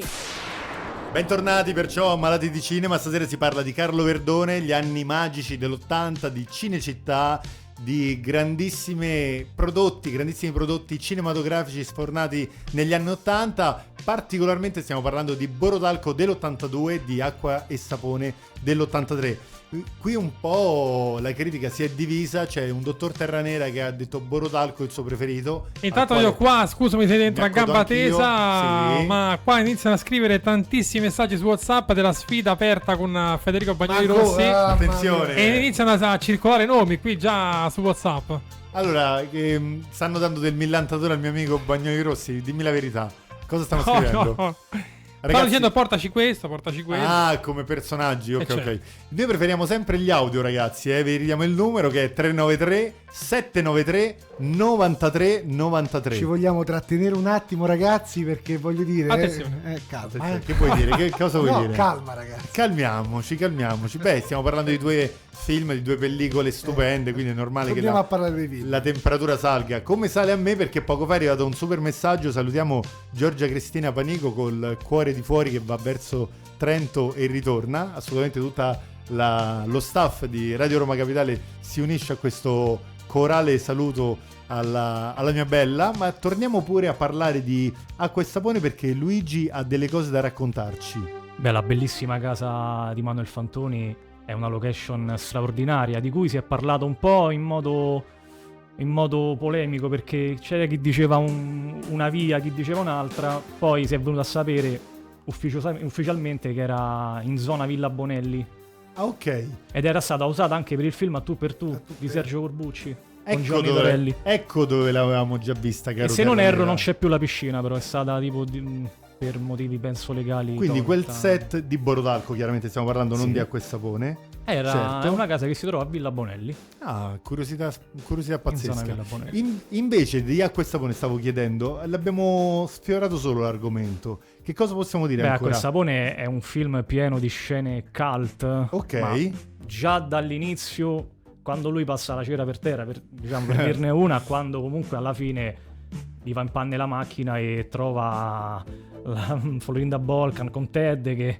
Bentornati perciò a Malati di Cinema. Stasera si parla di Carlo Verdone, gli anni magici dell'ottanta, di Cinecittà, di grandissimi prodotti, grandissimi prodotti cinematografici sfornati negli anni ottanta. Particolarmente stiamo parlando di Borotalco dell'ottantadue, di Acqua e Sapone dell'ottantatré. Qui un po' la critica si è divisa, c'è un dottor Terranera che ha detto Borotalco il suo preferito. Intanto io qua, scusami se dentro a gamba tesa, sì. ma qua iniziano a scrivere tantissimi messaggi su WhatsApp della sfida aperta con Federico Bagnoli Marco, Rossi. ah, Attenzione. E iniziano a, a circolare nomi qui già su WhatsApp. Allora, ehm, stanno dando del millantatore al mio amico Bagnoli Rossi, dimmi la verità. Cosa stanno No, scrivendo? no. Ragazzi, Stanno dicendo portaci questo, portaci questo. ah, come personaggi, ok, Eh, certo. ok. Noi preferiamo sempre gli audio, ragazzi, eh. Vi ridiamo il numero che è tre nove tre sette nove tre nove tre nove tre. Ci vogliamo trattenere un attimo, ragazzi, perché voglio dire... Attenzione. Eh, eh, calma, Attenzione, eh. Che vuoi dire? Che cosa vuoi no, dire? calma, ragazzi. Calmiamoci, calmiamoci. Beh, stiamo parlando di due film, di due pellicole stupende, quindi è normale che Torniamo la, a parlare dei film. la temperatura salga. Come sale a me, perché poco fa è arrivato un super messaggio. Salutiamo Giorgia Cristina Panico col cuore di fuori che va verso Trento e ritorna. Assolutamente tutta la, lo staff di Radio Roma Capitale si unisce a questo corale saluto alla, alla mia bella. Ma torniamo pure a parlare di Acqua e Sapone, perché Luigi ha delle cose da raccontarci. Beh, la bellissima casa di Manuel Fantoni è una location straordinaria, di cui si è parlato un po' in modo, in modo polemico, perché c'era chi diceva un- una via, chi diceva un'altra, poi si è venuto a sapere ufficio- ufficialmente che era in zona Villa Bonelli, Ah, ok. ed era stata usata anche per il film A tu per tu di Sergio Corbucci con Ecco Gianni dove, Torelli. ecco dove l'avevamo già vista, caro E se non Terranera. erro non c'è più la piscina, però è stata tipo di- per motivi penso legali. Quindi tolta. quel set di Borotalco, chiaramente stiamo parlando, non Sì. di Acqua e Sapone. Era certo. è una casa che si trova a Villa Bonelli. Ah, curiosità, curiosità In zona pazzesca. Villa Bonelli. In- invece di Acqua e Sapone stavo chiedendo, l'abbiamo sfiorato solo l'argomento. Che cosa possiamo dire Beh, Acqua ancora? e Sapone è un film pieno di scene cult. Ok. Ma già dall'inizio, quando lui passa la cera per terra, per, diciamo, per dirne una, quando comunque alla fine gli va in panne la macchina e trova la Florinda Bolkan con Ted che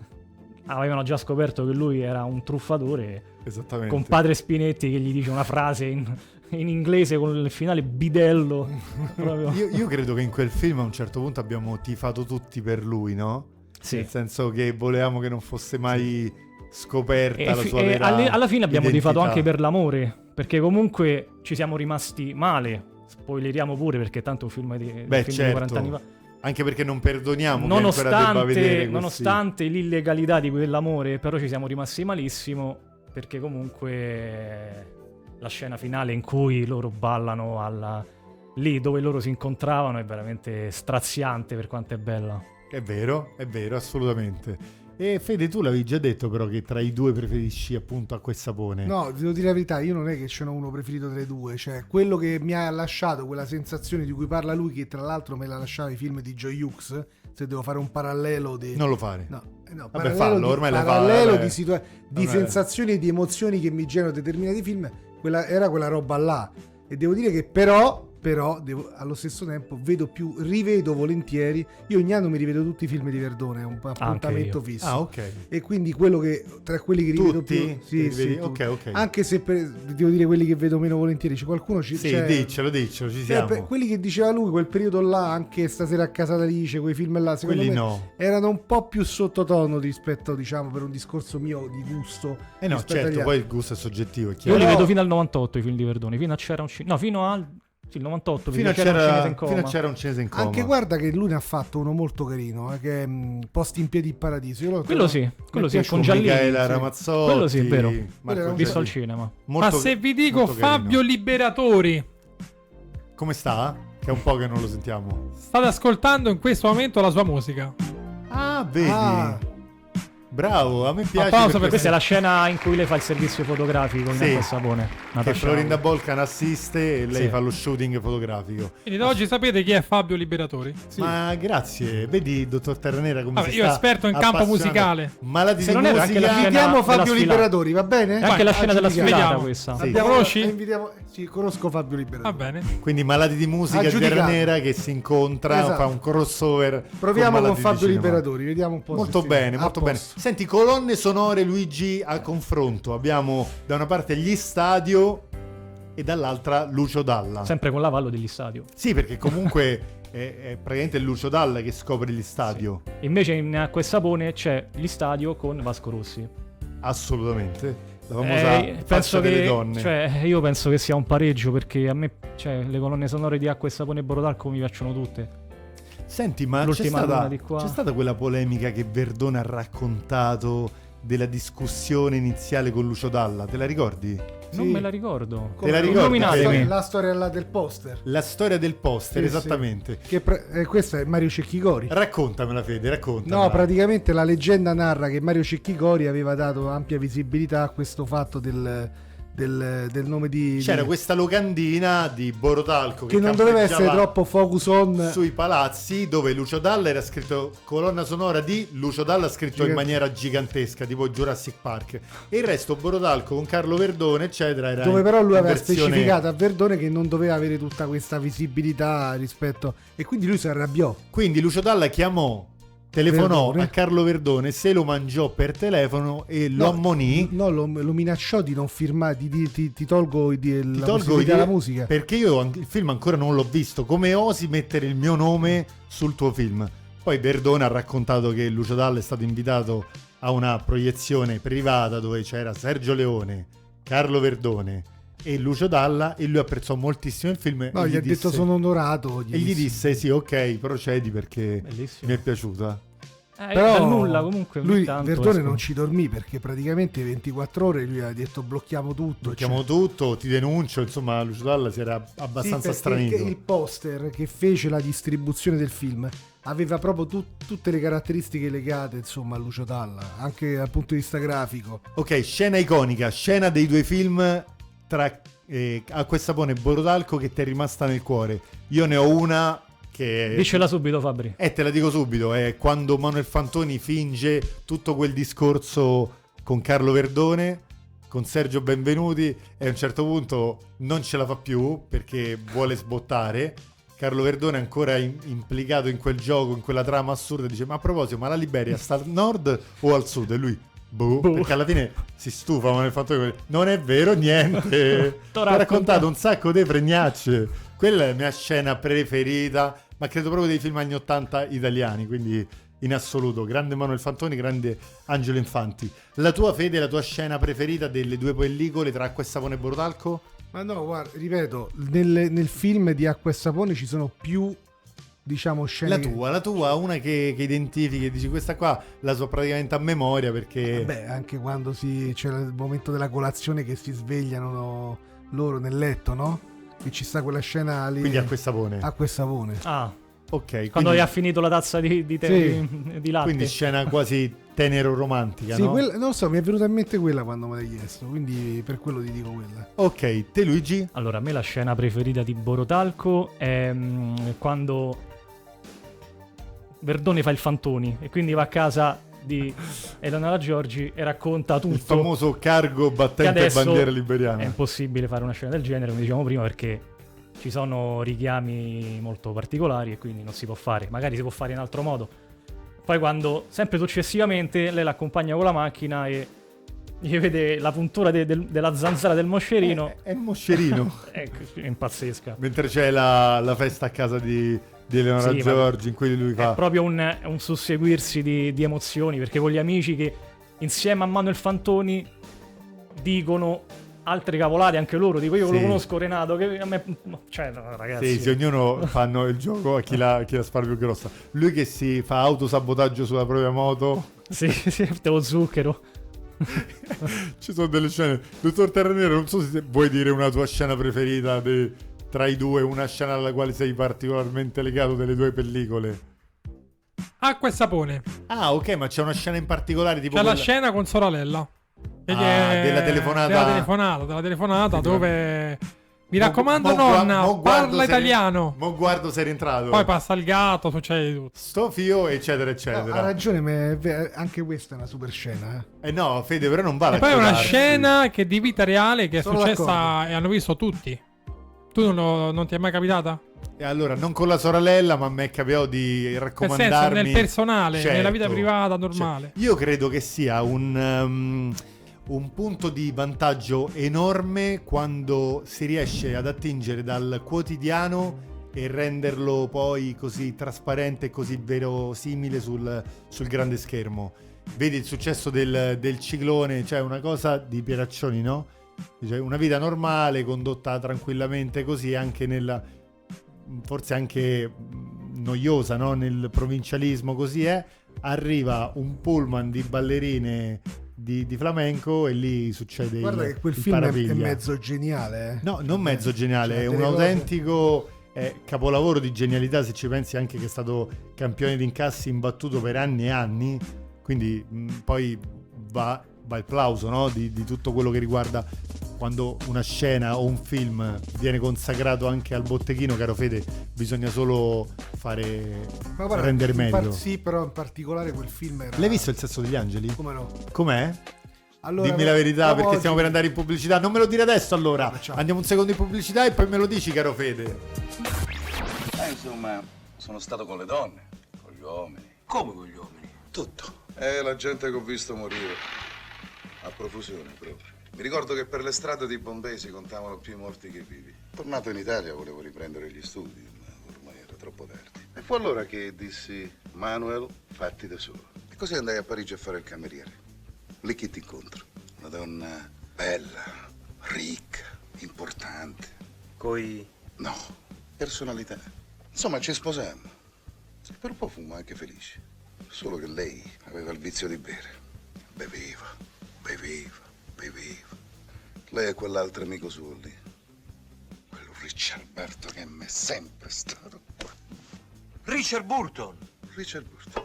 avevano già scoperto che lui era un truffatore, Esattamente. con padre Spinetti che gli dice una frase in, in inglese con il finale bidello. Proprio. Io, io credo che in quel film a un certo punto abbiamo tifato tutti per lui, no? Sì. Nel senso che volevamo che non fosse mai scoperta E la fi- sua e vera alle- alla fine abbiamo identità. tifato anche per l'amore, perché comunque ci siamo rimasti male. Spoileriamo pure, perché tanto è un film di, un Beh, film certo. di quaranta anni fa. Anche perché non perdoniamo che ancora debba Nonostante, vedere questi- nonostante l'illegalità di quell'amore, però ci siamo rimasti malissimo, perché comunque la scena finale in cui loro ballano alla... lì dove loro si incontravano è veramente straziante per quanto è bella. È vero, è vero, assolutamente. E Fede, tu l'avevi già detto però che tra i due preferisci appunto Acqua e Sapone. No, devo dire la verità, io non è che ce n'ho uno preferito tra i due, cioè quello che mi ha lasciato quella sensazione di cui parla lui, che tra l'altro me la lasciava i film di Joy Hughes, se devo fare un parallelo di... Non lo fare. No, eh no, Vabbè, parallelo fallo, di, ormai l'hai parallelo fatto, di, eh. situa- di Vabbè. sensazioni e di emozioni che mi generano determinati film, quella, era quella roba là. E devo dire che però però devo, allo stesso tempo vedo più, rivedo volentieri. Io ogni anno mi rivedo tutti i film di Verdone, è un appuntamento io. fisso. Ah, ok. E quindi quello che tra quelli che rivedo Tutti? più, sì, Li sì, vedi? tutti. Ok, ok. Anche se per, devo dire quelli che vedo meno volentieri, c'è qualcuno ci, Sì, c'è, diccelo, diccelo, ci eh, siamo. per quelli che diceva lui, quel periodo là, anche Stasera a casa d'Alice, quei film là, secondo Quelli me no. erano un po' più sottotono rispetto, diciamo, per un discorso mio di gusto. Eh no, rispetto agli certo, altri. poi il gusto è soggettivo, è Io chiaro. li Però- vedo fino al novantotto i film di Verdone, fino a c'era un ci- no, fino al sì, il novantotto, Fino a c'era, un c'era, cinese in coma. fino a c'era un cinese in coma. Anche guarda che lui ne ha fatto uno molto carino, eh, che è mh, Posti in piedi in paradiso. Io lo- Quello sì, quello sì, piace con un- Giallini. Michaela sì. Ramazzotti. Quello sì, è vero. Marco era un Visto al Giallini. cinema. Molto- Ma se vi dico molto carino. Fabio Liberatori, Come sta? Che è un po' che non lo sentiamo. state ascoltando in questo momento la sua musica. Ah, vedi? Ah. Bravo, a me piace. pausa perché per Questa è la scena in cui lei fa il servizio fotografico in Sì. acqua e sapone. che Natascia Florinda Aurea. Bolcan assiste e lei Sì. fa lo shooting fotografico. Quindi da oggi sapete chi è Fabio Liberatori? Ma grazie, vedi dottor Terranera come Vabbè, si io sta esperto in campo appassionando. musicale. Malati Se di non era anche musica. la scena- Invitiamo della Fabio sfilata. Liberatori, va bene? E anche la scena della giudicare. sfilata Vediamo. questa. Sì. Abbiamo- Conosci? eh, invitiamo- sì, conosco Fabio Liberatori. Va bene. Quindi Malati di musica Ha e giudicato. Terranera che si incontra, Esatto. fa un crossover. Proviamo con, Malati di Fabio cinema. Liberatori, vediamo un po'. Molto se bene, si- molto a bene. posto. Senti, colonne sonore Luigi a confronto. Abbiamo da una parte gli Stadio e dall'altra Lucio Dalla. Sempre con l'avallo degli stadio. Sì, perché comunque è, è praticamente Lucio Dalla che scopre gli Stadio. Invece in acqua e sapone c'è gli stadio con Vasco Rossi. Assolutamente. La famosa Eh, faccia penso delle che, donne. cioè, io penso che sia un pareggio perché a me cioè, le colonne sonore di acqua e sapone e Borodalco mi piacciono tutte. Senti, ma c'è L'ultima stata, luna di qua. c'è stata quella polemica che Verdone ha raccontato della discussione iniziale con Lucio Dalla, te la ricordi? Non Sì. me la ricordo. Te la ricordi? Nominatemi. Fede? La storia là del poster. La storia del poster, Sì, sì. esattamente. Che pre- eh, questo è Mario Cecchigori. Raccontamela Fede, raccontamela. No, praticamente la leggenda narra che Mario Cecchigori aveva dato ampia visibilità a questo fatto del, del, del nome di... C'era di- questa locandina di Borotalco che non doveva essere campeggiava troppo focus on... sui palazzi, dove Lucio Dalla era scritto colonna sonora di Lucio Dalla scritto in Gigante- maniera gigantesca, tipo Jurassic Park, e il resto Borotalco con Carlo Verdone eccetera era Dove in- però lui in aveva versione- specificato a Verdone che non doveva avere tutta questa visibilità rispetto... E quindi lui si arrabbiò. Quindi Lucio Dalla chiamò, telefonò Verdone. a Carlo Verdone, se lo mangiò per telefono e lo No, ammonì. No, lo, lo minacciò di non firmare, di, di- ti, ti tolgo di, Ti la tolgo possibilità i- della musica. perché io an- il film ancora non l'ho visto. Come osi mettere il mio nome sul tuo film? Poi Verdone ha raccontato che Lucio Dalla è stato invitato a una proiezione privata dove c'era Sergio Leone, Carlo Verdone e Lucio Dalla, e lui apprezzò moltissimo il film. No, e gli ha detto disse- sono onorato. e gli disse sì, ok, procedi perché Bellissimo. mi è piaciuta. Eh, Però dal nulla comunque ogni lui, tanto Verdone escono. non ci dormì perché praticamente ventiquattro ore lui ha detto blocchiamo tutto. Blocchiamo cioè. tutto, ti denuncio, insomma Lucio Dalla si era Sì, abbastanza perché stranito. il poster che fece la distribuzione del film aveva proprio tut- tutte le caratteristiche legate insomma a Lucio Dalla, anche dal punto di vista grafico. Ok, scena iconica, scena dei due film tra eh, Acqua e Sapone e Borotalco che ti è rimasta nel cuore. Io ne ho una che... Dicela subito Fabri. Eh, te la dico subito, è quando Manuel Fantoni finge tutto quel discorso con Carlo Verdone, con Sergio Benvenuti, e a un certo punto non ce la fa più perché vuole sbottare. Carlo Verdone è ancora in- implicato in quel gioco, in quella trama assurda, dice ma a proposito, ma la Liberia sta al nord o al sud? E lui, boh, Boh. perché alla fine si stufa Manuel Fantoni, non è vero niente, ti ho raccontato. raccontato un sacco di fregnacce. Quella è la mia scena preferita, ma credo proprio dei film anni ottanta italiani, quindi in assoluto. Grande Manuel Fantoni, grande Angelo Infanti. La tua Fede, la tua scena preferita delle due pellicole tra Acqua e Sapone e Borotalco? Ma no, guarda, ripeto, nel, nel film di Acqua e Sapone ci sono più, diciamo, scene. La che- tua, la tua, una che, che identifichi e dici questa qua la so praticamente a memoria perché... Beh, anche quando si, c'è il momento della colazione che si svegliano no, loro nel letto, no? E ci sta quella scena lì. Quindi Acqua e Sapone. Acqua e Sapone. Ah, Ok, quando quindi, gli ha finito la tazza di, di, te- Sì. di, di latte. quindi scena quasi tenero romantica, Sì, no? quella- non lo so, mi è venuta in mente quella quando me l'hai chiesto, quindi per quello ti dico quella. Ok, te Luigi? Allora, a me la scena preferita di Borotalco è mm, quando Verdone fa il Fantoni e quindi va a casa di Eleonora Giorgi e racconta tutto. Il famoso cargo Che battente adesso bandiera È liberiana. impossibile fare una scena del genere, come dicevamo prima, perché ci sono richiami molto particolari e quindi non si può fare. Magari si può fare in altro modo. Poi quando, sempre successivamente, lei l'accompagna con la macchina e gli vede la puntura de- del- della zanzara del moscerino. È, è il moscerino. Ecco, è impazzesca. Mentre c'è la, la festa a casa di, di Eleonora Sì, ma Giorgi in cui lui fa... È proprio un, un susseguirsi di, di emozioni, perché con gli amici che insieme a Manuel Fantoni dicono altre cavolate anche loro. Dico, io Sì. lo conosco Renato, che a me... Cioè, no, ragazzi... Sì, sì, ognuno fanno il gioco a chi la, chi la spara più grossa. Lui che si fa autosabotaggio sulla propria moto. Sì, sì, lo zucchero. Ci sono delle scene. Dottor Terranero, non so se vuoi dire una tua scena preferita de- tra i due, una scena alla quale sei particolarmente legato delle due pellicole. Acqua e sapone. Ah, ok, ma c'è una scena in particolare tipo C'è la quella- scena con Soralella. Che Ah, gli è- della telefonata. Della telefonata, della telefonata Sì, dove... Mi Mo- raccomando, mo gua- nonna, mo guardo parla se- italiano. Mo guardo se è rientrato. Poi passa il gatto, succede di tutto. Sto fio, eccetera, No, eccetera. ha ragione, ma è ve- anche questa è una super scena. Eh. Eh no, Fede, però non vale. E poi è una scena che di vita reale che è Sono successa d'accordo. e hanno visto tutti. Tu non, lo- non ti è mai capitata? E allora, non con la sorella, ma mi è capitato di Nel raccomandarmi... senso, nel personale, Certo. nella vita privata normale. Cioè, io credo che sia un, um, un punto di vantaggio enorme quando si riesce ad attingere dal quotidiano e renderlo poi così trasparente e così verosimile sul, sul grande schermo. Vedi il successo del, del ciclone, cioè una cosa di Pieraccioni, no? Dice, una vita normale, condotta tranquillamente così, anche nella... forse anche mh, noiosa, no? Nel provincialismo così è, arriva un pullman di ballerine di, di flamenco e lì succede Guarda il, che quel il film è, è parapiglia. mezzo geniale. Eh. No, non mezzo geniale, Cioè, è delle un cose- autentico eh, capolavoro di genialità, se ci pensi anche che è stato campione di incassi imbattuto per anni e anni, quindi mh, poi va, va il plauso, no? di, di tutto quello che riguarda quando una scena o un film viene consacrato anche al botteghino, caro Fede, bisogna solo fare Ma guarda, rendere in par- meglio. sì, però in particolare quel film era... L'hai visto Il sesso degli angeli? Come no? Com'è? Allora, Dimmi la verità, dopo perché oggi- stiamo per andare in pubblicità. Non me lo dire adesso allora. No, facciamo. Andiamo un secondo in pubblicità e poi me lo dici, caro Fede. Eh, insomma, sono stato con le donne, con gli uomini. Come con gli uomini? Tutto. È la gente che ho visto morire. A profusione proprio. Mi ricordo che per le strade di Bombay si contavano più morti che vivi. Tornato in Italia volevo riprendere gli studi, ma ormai era troppo tardi. E fu allora che dissi, Manuel, fatti da solo. E così andai a Parigi a fare il cameriere. Lì chi ti incontro? Una donna bella, ricca, importante. Coi... No, personalità. Insomma, ci sposammo. E per un po' fummo anche felici. Solo che lei aveva il vizio di bere. Beveva, beveva, beveva. Lei e quell'altro amico suo lì. Quello Ricciarberto che mi è sempre stato qua. Richard Burton! Richard Burton.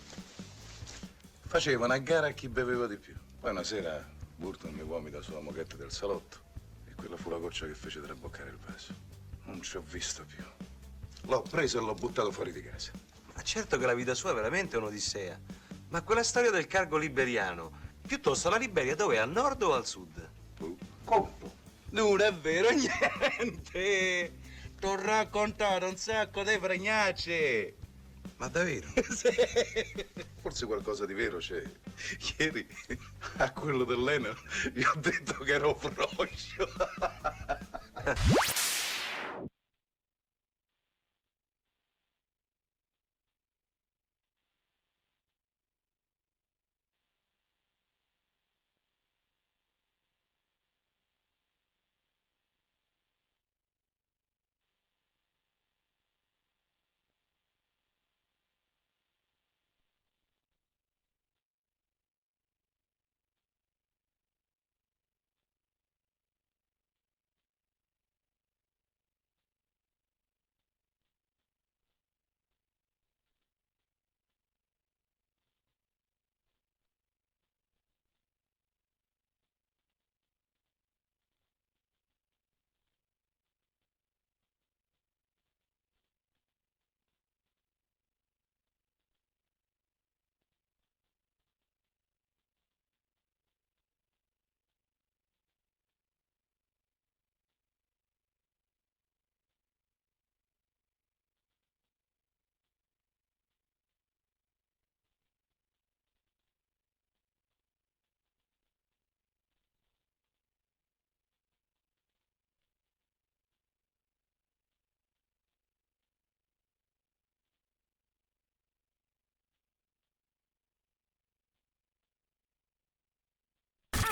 Facevano a gara a chi beveva di più. Poi una sera Burton mi vomita sulla moquette del salotto. E quella fu la goccia che fece traboccare il vaso. Non ci ho visto più. L'ho preso e l'ho buttato fuori di casa. Ma certo che la vita sua è veramente un'odissea. Ma quella storia del cargo liberiano, piuttosto la Liberia dove è, al nord o al sud? Come? Non è vero niente! T'ho raccontato un sacco di fregnacce! Ma davvero? Sì. Forse qualcosa di vero c'è. Ieri a quello dell'Ena gli ho detto che ero froscio.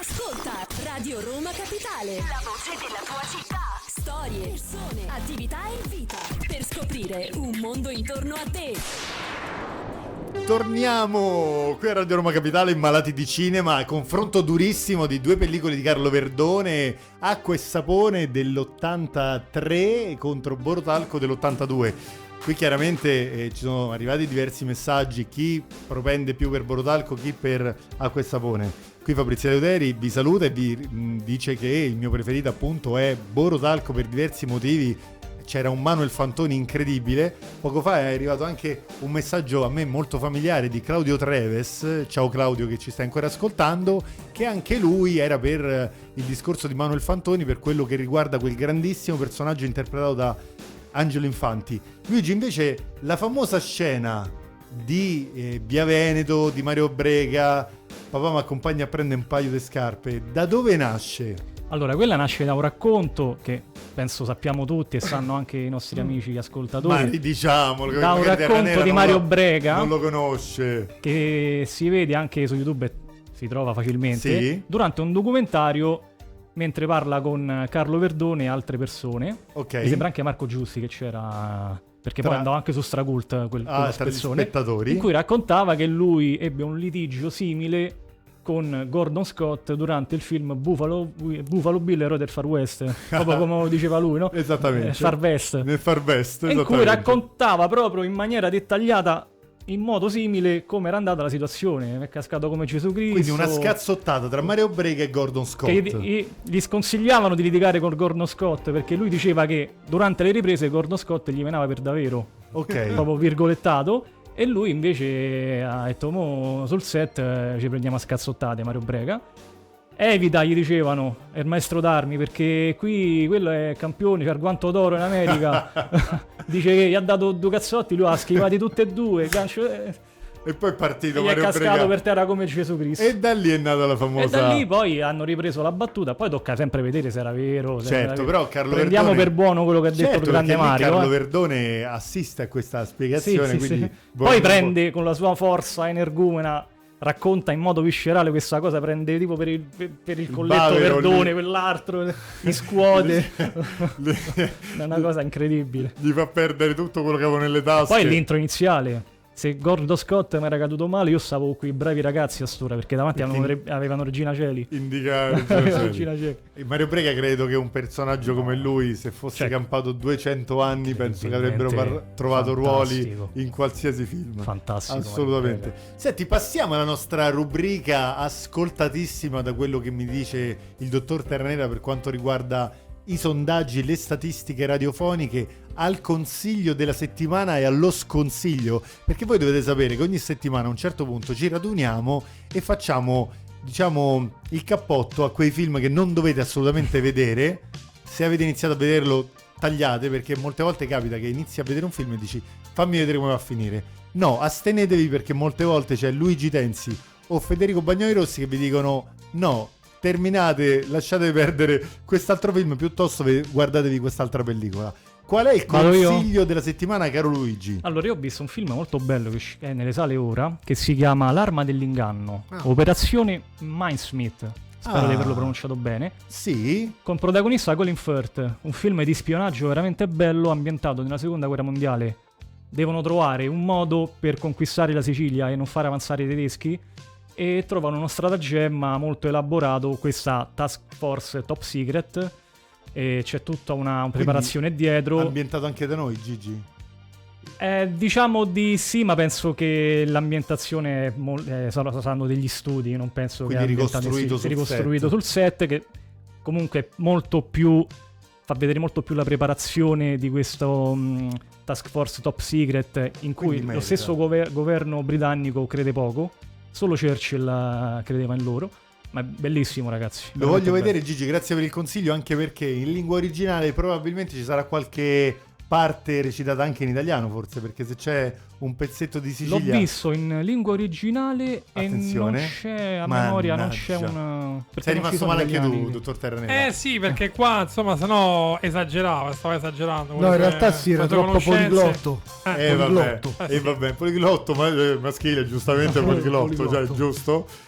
Ascolta Radio Roma Capitale, la voce della tua città. Storie, persone, attività e vita per scoprire un mondo intorno a te. Torniamo qui a Radio Roma Capitale in Malati di Cinema, confronto durissimo di due pellicole di Carlo Verdone, Acqua e Sapone dell'ottantatré contro Borotalco dell'ottantadue. Qui chiaramente eh, ci sono arrivati diversi messaggi, chi propende più per Borotalco, chi per Acqua e Sapone. Qui Fabrizio Leuteri vi saluta e vi mh, dice che il mio preferito appunto è Borotalco per diversi motivi. C'era un Manuel Fantoni incredibile. Poco fa è arrivato anche un messaggio a me molto familiare di Claudio Treves, ciao Claudio che ci stai ancora ascoltando, che anche lui era per il discorso di Manuel Fantoni per quello che riguarda quel grandissimo personaggio interpretato da Angelo Infanti. Luigi, invece, la famosa scena di eh, Via Veneto, di Mario Brega, papà mi accompagna a prendere un paio di scarpe, da dove nasce? Allora, quella nasce da un racconto che penso sappiamo tutti e sanno anche i nostri amici ascoltatori. Ma ridiciamolo, da un racconto di Mario Brega, non lo conosce, che si vede anche su YouTube, si trova facilmente, sì, durante un documentario mentre parla con Carlo Verdone e altre persone. Ok. Mi sembra anche Marco Giussi che c'era, perché Tra... poi andava anche su Stracult quel, ah, quello spezzone, spettatori, in cui raccontava che lui ebbe un litigio simile con Gordon Scott durante il film Buffalo, Buffalo Bill, eroe del Far West, proprio come diceva lui, no? Esattamente. Eh, Far West. Nel Far West, in cui raccontava proprio in maniera dettagliata, in modo simile, come era andata la situazione. È cascato come Gesù Cristo. Quindi una scazzottata tra Mario Brega e Gordon Scott. Che gli, gli sconsigliavano di litigare con Gordon Scott perché lui diceva che durante le riprese Gordon Scott gli menava per davvero. Ok. Proprio virgolettato. E lui invece ha detto: mo sul set eh, ci prendiamo a scazzottate Mario Brega. Evita, gli dicevano, è il maestro d'armi, perché qui quello è campione, c'ha il guanto d'oro in America. Dice che gli ha dato due cazzotti, lui ha schivati tutte e due, gancio, eh. E poi è partito e Mario Brega. È cascato Brega per terra come Gesù Cristo. E da lì è nata la famosa. E da lì poi hanno ripreso la battuta. Poi tocca sempre vedere se era vero. Se certo, era vero. però Carlo Prendiamo Verdone... per buono quello che ha detto certo, il grande Mario. Carlo eh. Verdone assiste a questa spiegazione. Sì, sì, quindi sì. Poi prende con la sua forza energumena, racconta in modo viscerale questa cosa, prende tipo per il, per, per il colletto bavero, Verdone, lì. quell'altro, gli scuote. È una cosa incredibile. Gli fa perdere tutto quello che avevo nelle tasche. Poi l'intro iniziale. Se Gordon Scott mi era caduto male, io stavo con quei bravi ragazzi a stura, perché davanti Perché avevano, avevano Regina Celi. Indicare Regina Celi. E Mario Brega credo che un personaggio come lui, se fosse Cioè, campato duecento anni, penso che avrebbero par- trovato ruoli in qualsiasi film. Fantastico. Assolutamente. Senti, passiamo alla nostra rubrica ascoltatissima da quello che mi dice il dottor Terranera per quanto riguarda i sondaggi, le statistiche radiofoniche, al consiglio della settimana e allo sconsiglio, perché voi dovete sapere che ogni settimana a un certo punto ci raduniamo e facciamo, diciamo, il cappotto a quei film che non dovete assolutamente vedere. Se avete iniziato a vederlo, tagliate, perché molte volte capita che inizi a vedere un film e dici fammi vedere come va a finire. No, astenetevi, perché molte volte c'è Luigi Tenzi o Federico Bagnoli Rossi che vi dicono no, terminate, lasciate perdere quest'altro film, piuttosto guardatevi quest'altra pellicola. Qual è il consiglio della settimana, caro Luigi? Allora, io ho visto un film molto bello che è nelle sale ora, che si chiama L'arma dell'inganno, ah. Operazione Mindsmith. Spero ah. di averlo pronunciato bene. Sì. Con protagonista Colin Firth, un film di spionaggio veramente bello, ambientato nella seconda guerra mondiale. Devono trovare un modo per conquistare la Sicilia e non fare avanzare i tedeschi, e trovano uno stratagemma molto elaborato, questa task force top secret, e c'è tutta una preparazione quindi dietro. Ambientato anche da noi, Gigi? Eh, diciamo di sì, ma penso che l'ambientazione è mo- eh, saranno degli studi, non penso quindi che ricostruito, sì, sul, ricostruito set. sul set, che comunque è molto più, fa vedere molto più la preparazione di questo um, task force top secret, in cui lo stesso gover- governo britannico crede poco, solo Churchill credeva in loro. Ma è bellissimo, ragazzi. Lo voglio bello. vedere, Gigi, grazie per il consiglio, anche perché in lingua originale probabilmente ci sarà qualche parte recitata anche in italiano, forse, perché se c'è un pezzetto di Sicilia... L'ho visto in lingua originale. Attenzione. E non c'è a Mannaggia. memoria, non c'è un... Sei rimasto male anche tu, dottor Terranera? Eh sì, perché qua, insomma, sennò esagerava, stava esagerando. No, in realtà sì, era troppo poliglotto. Eh, eh vabbè, poliglotto. eh, vabbè, poliglotto, ma, eh, maschile, giustamente poliglotto, cioè, giusto?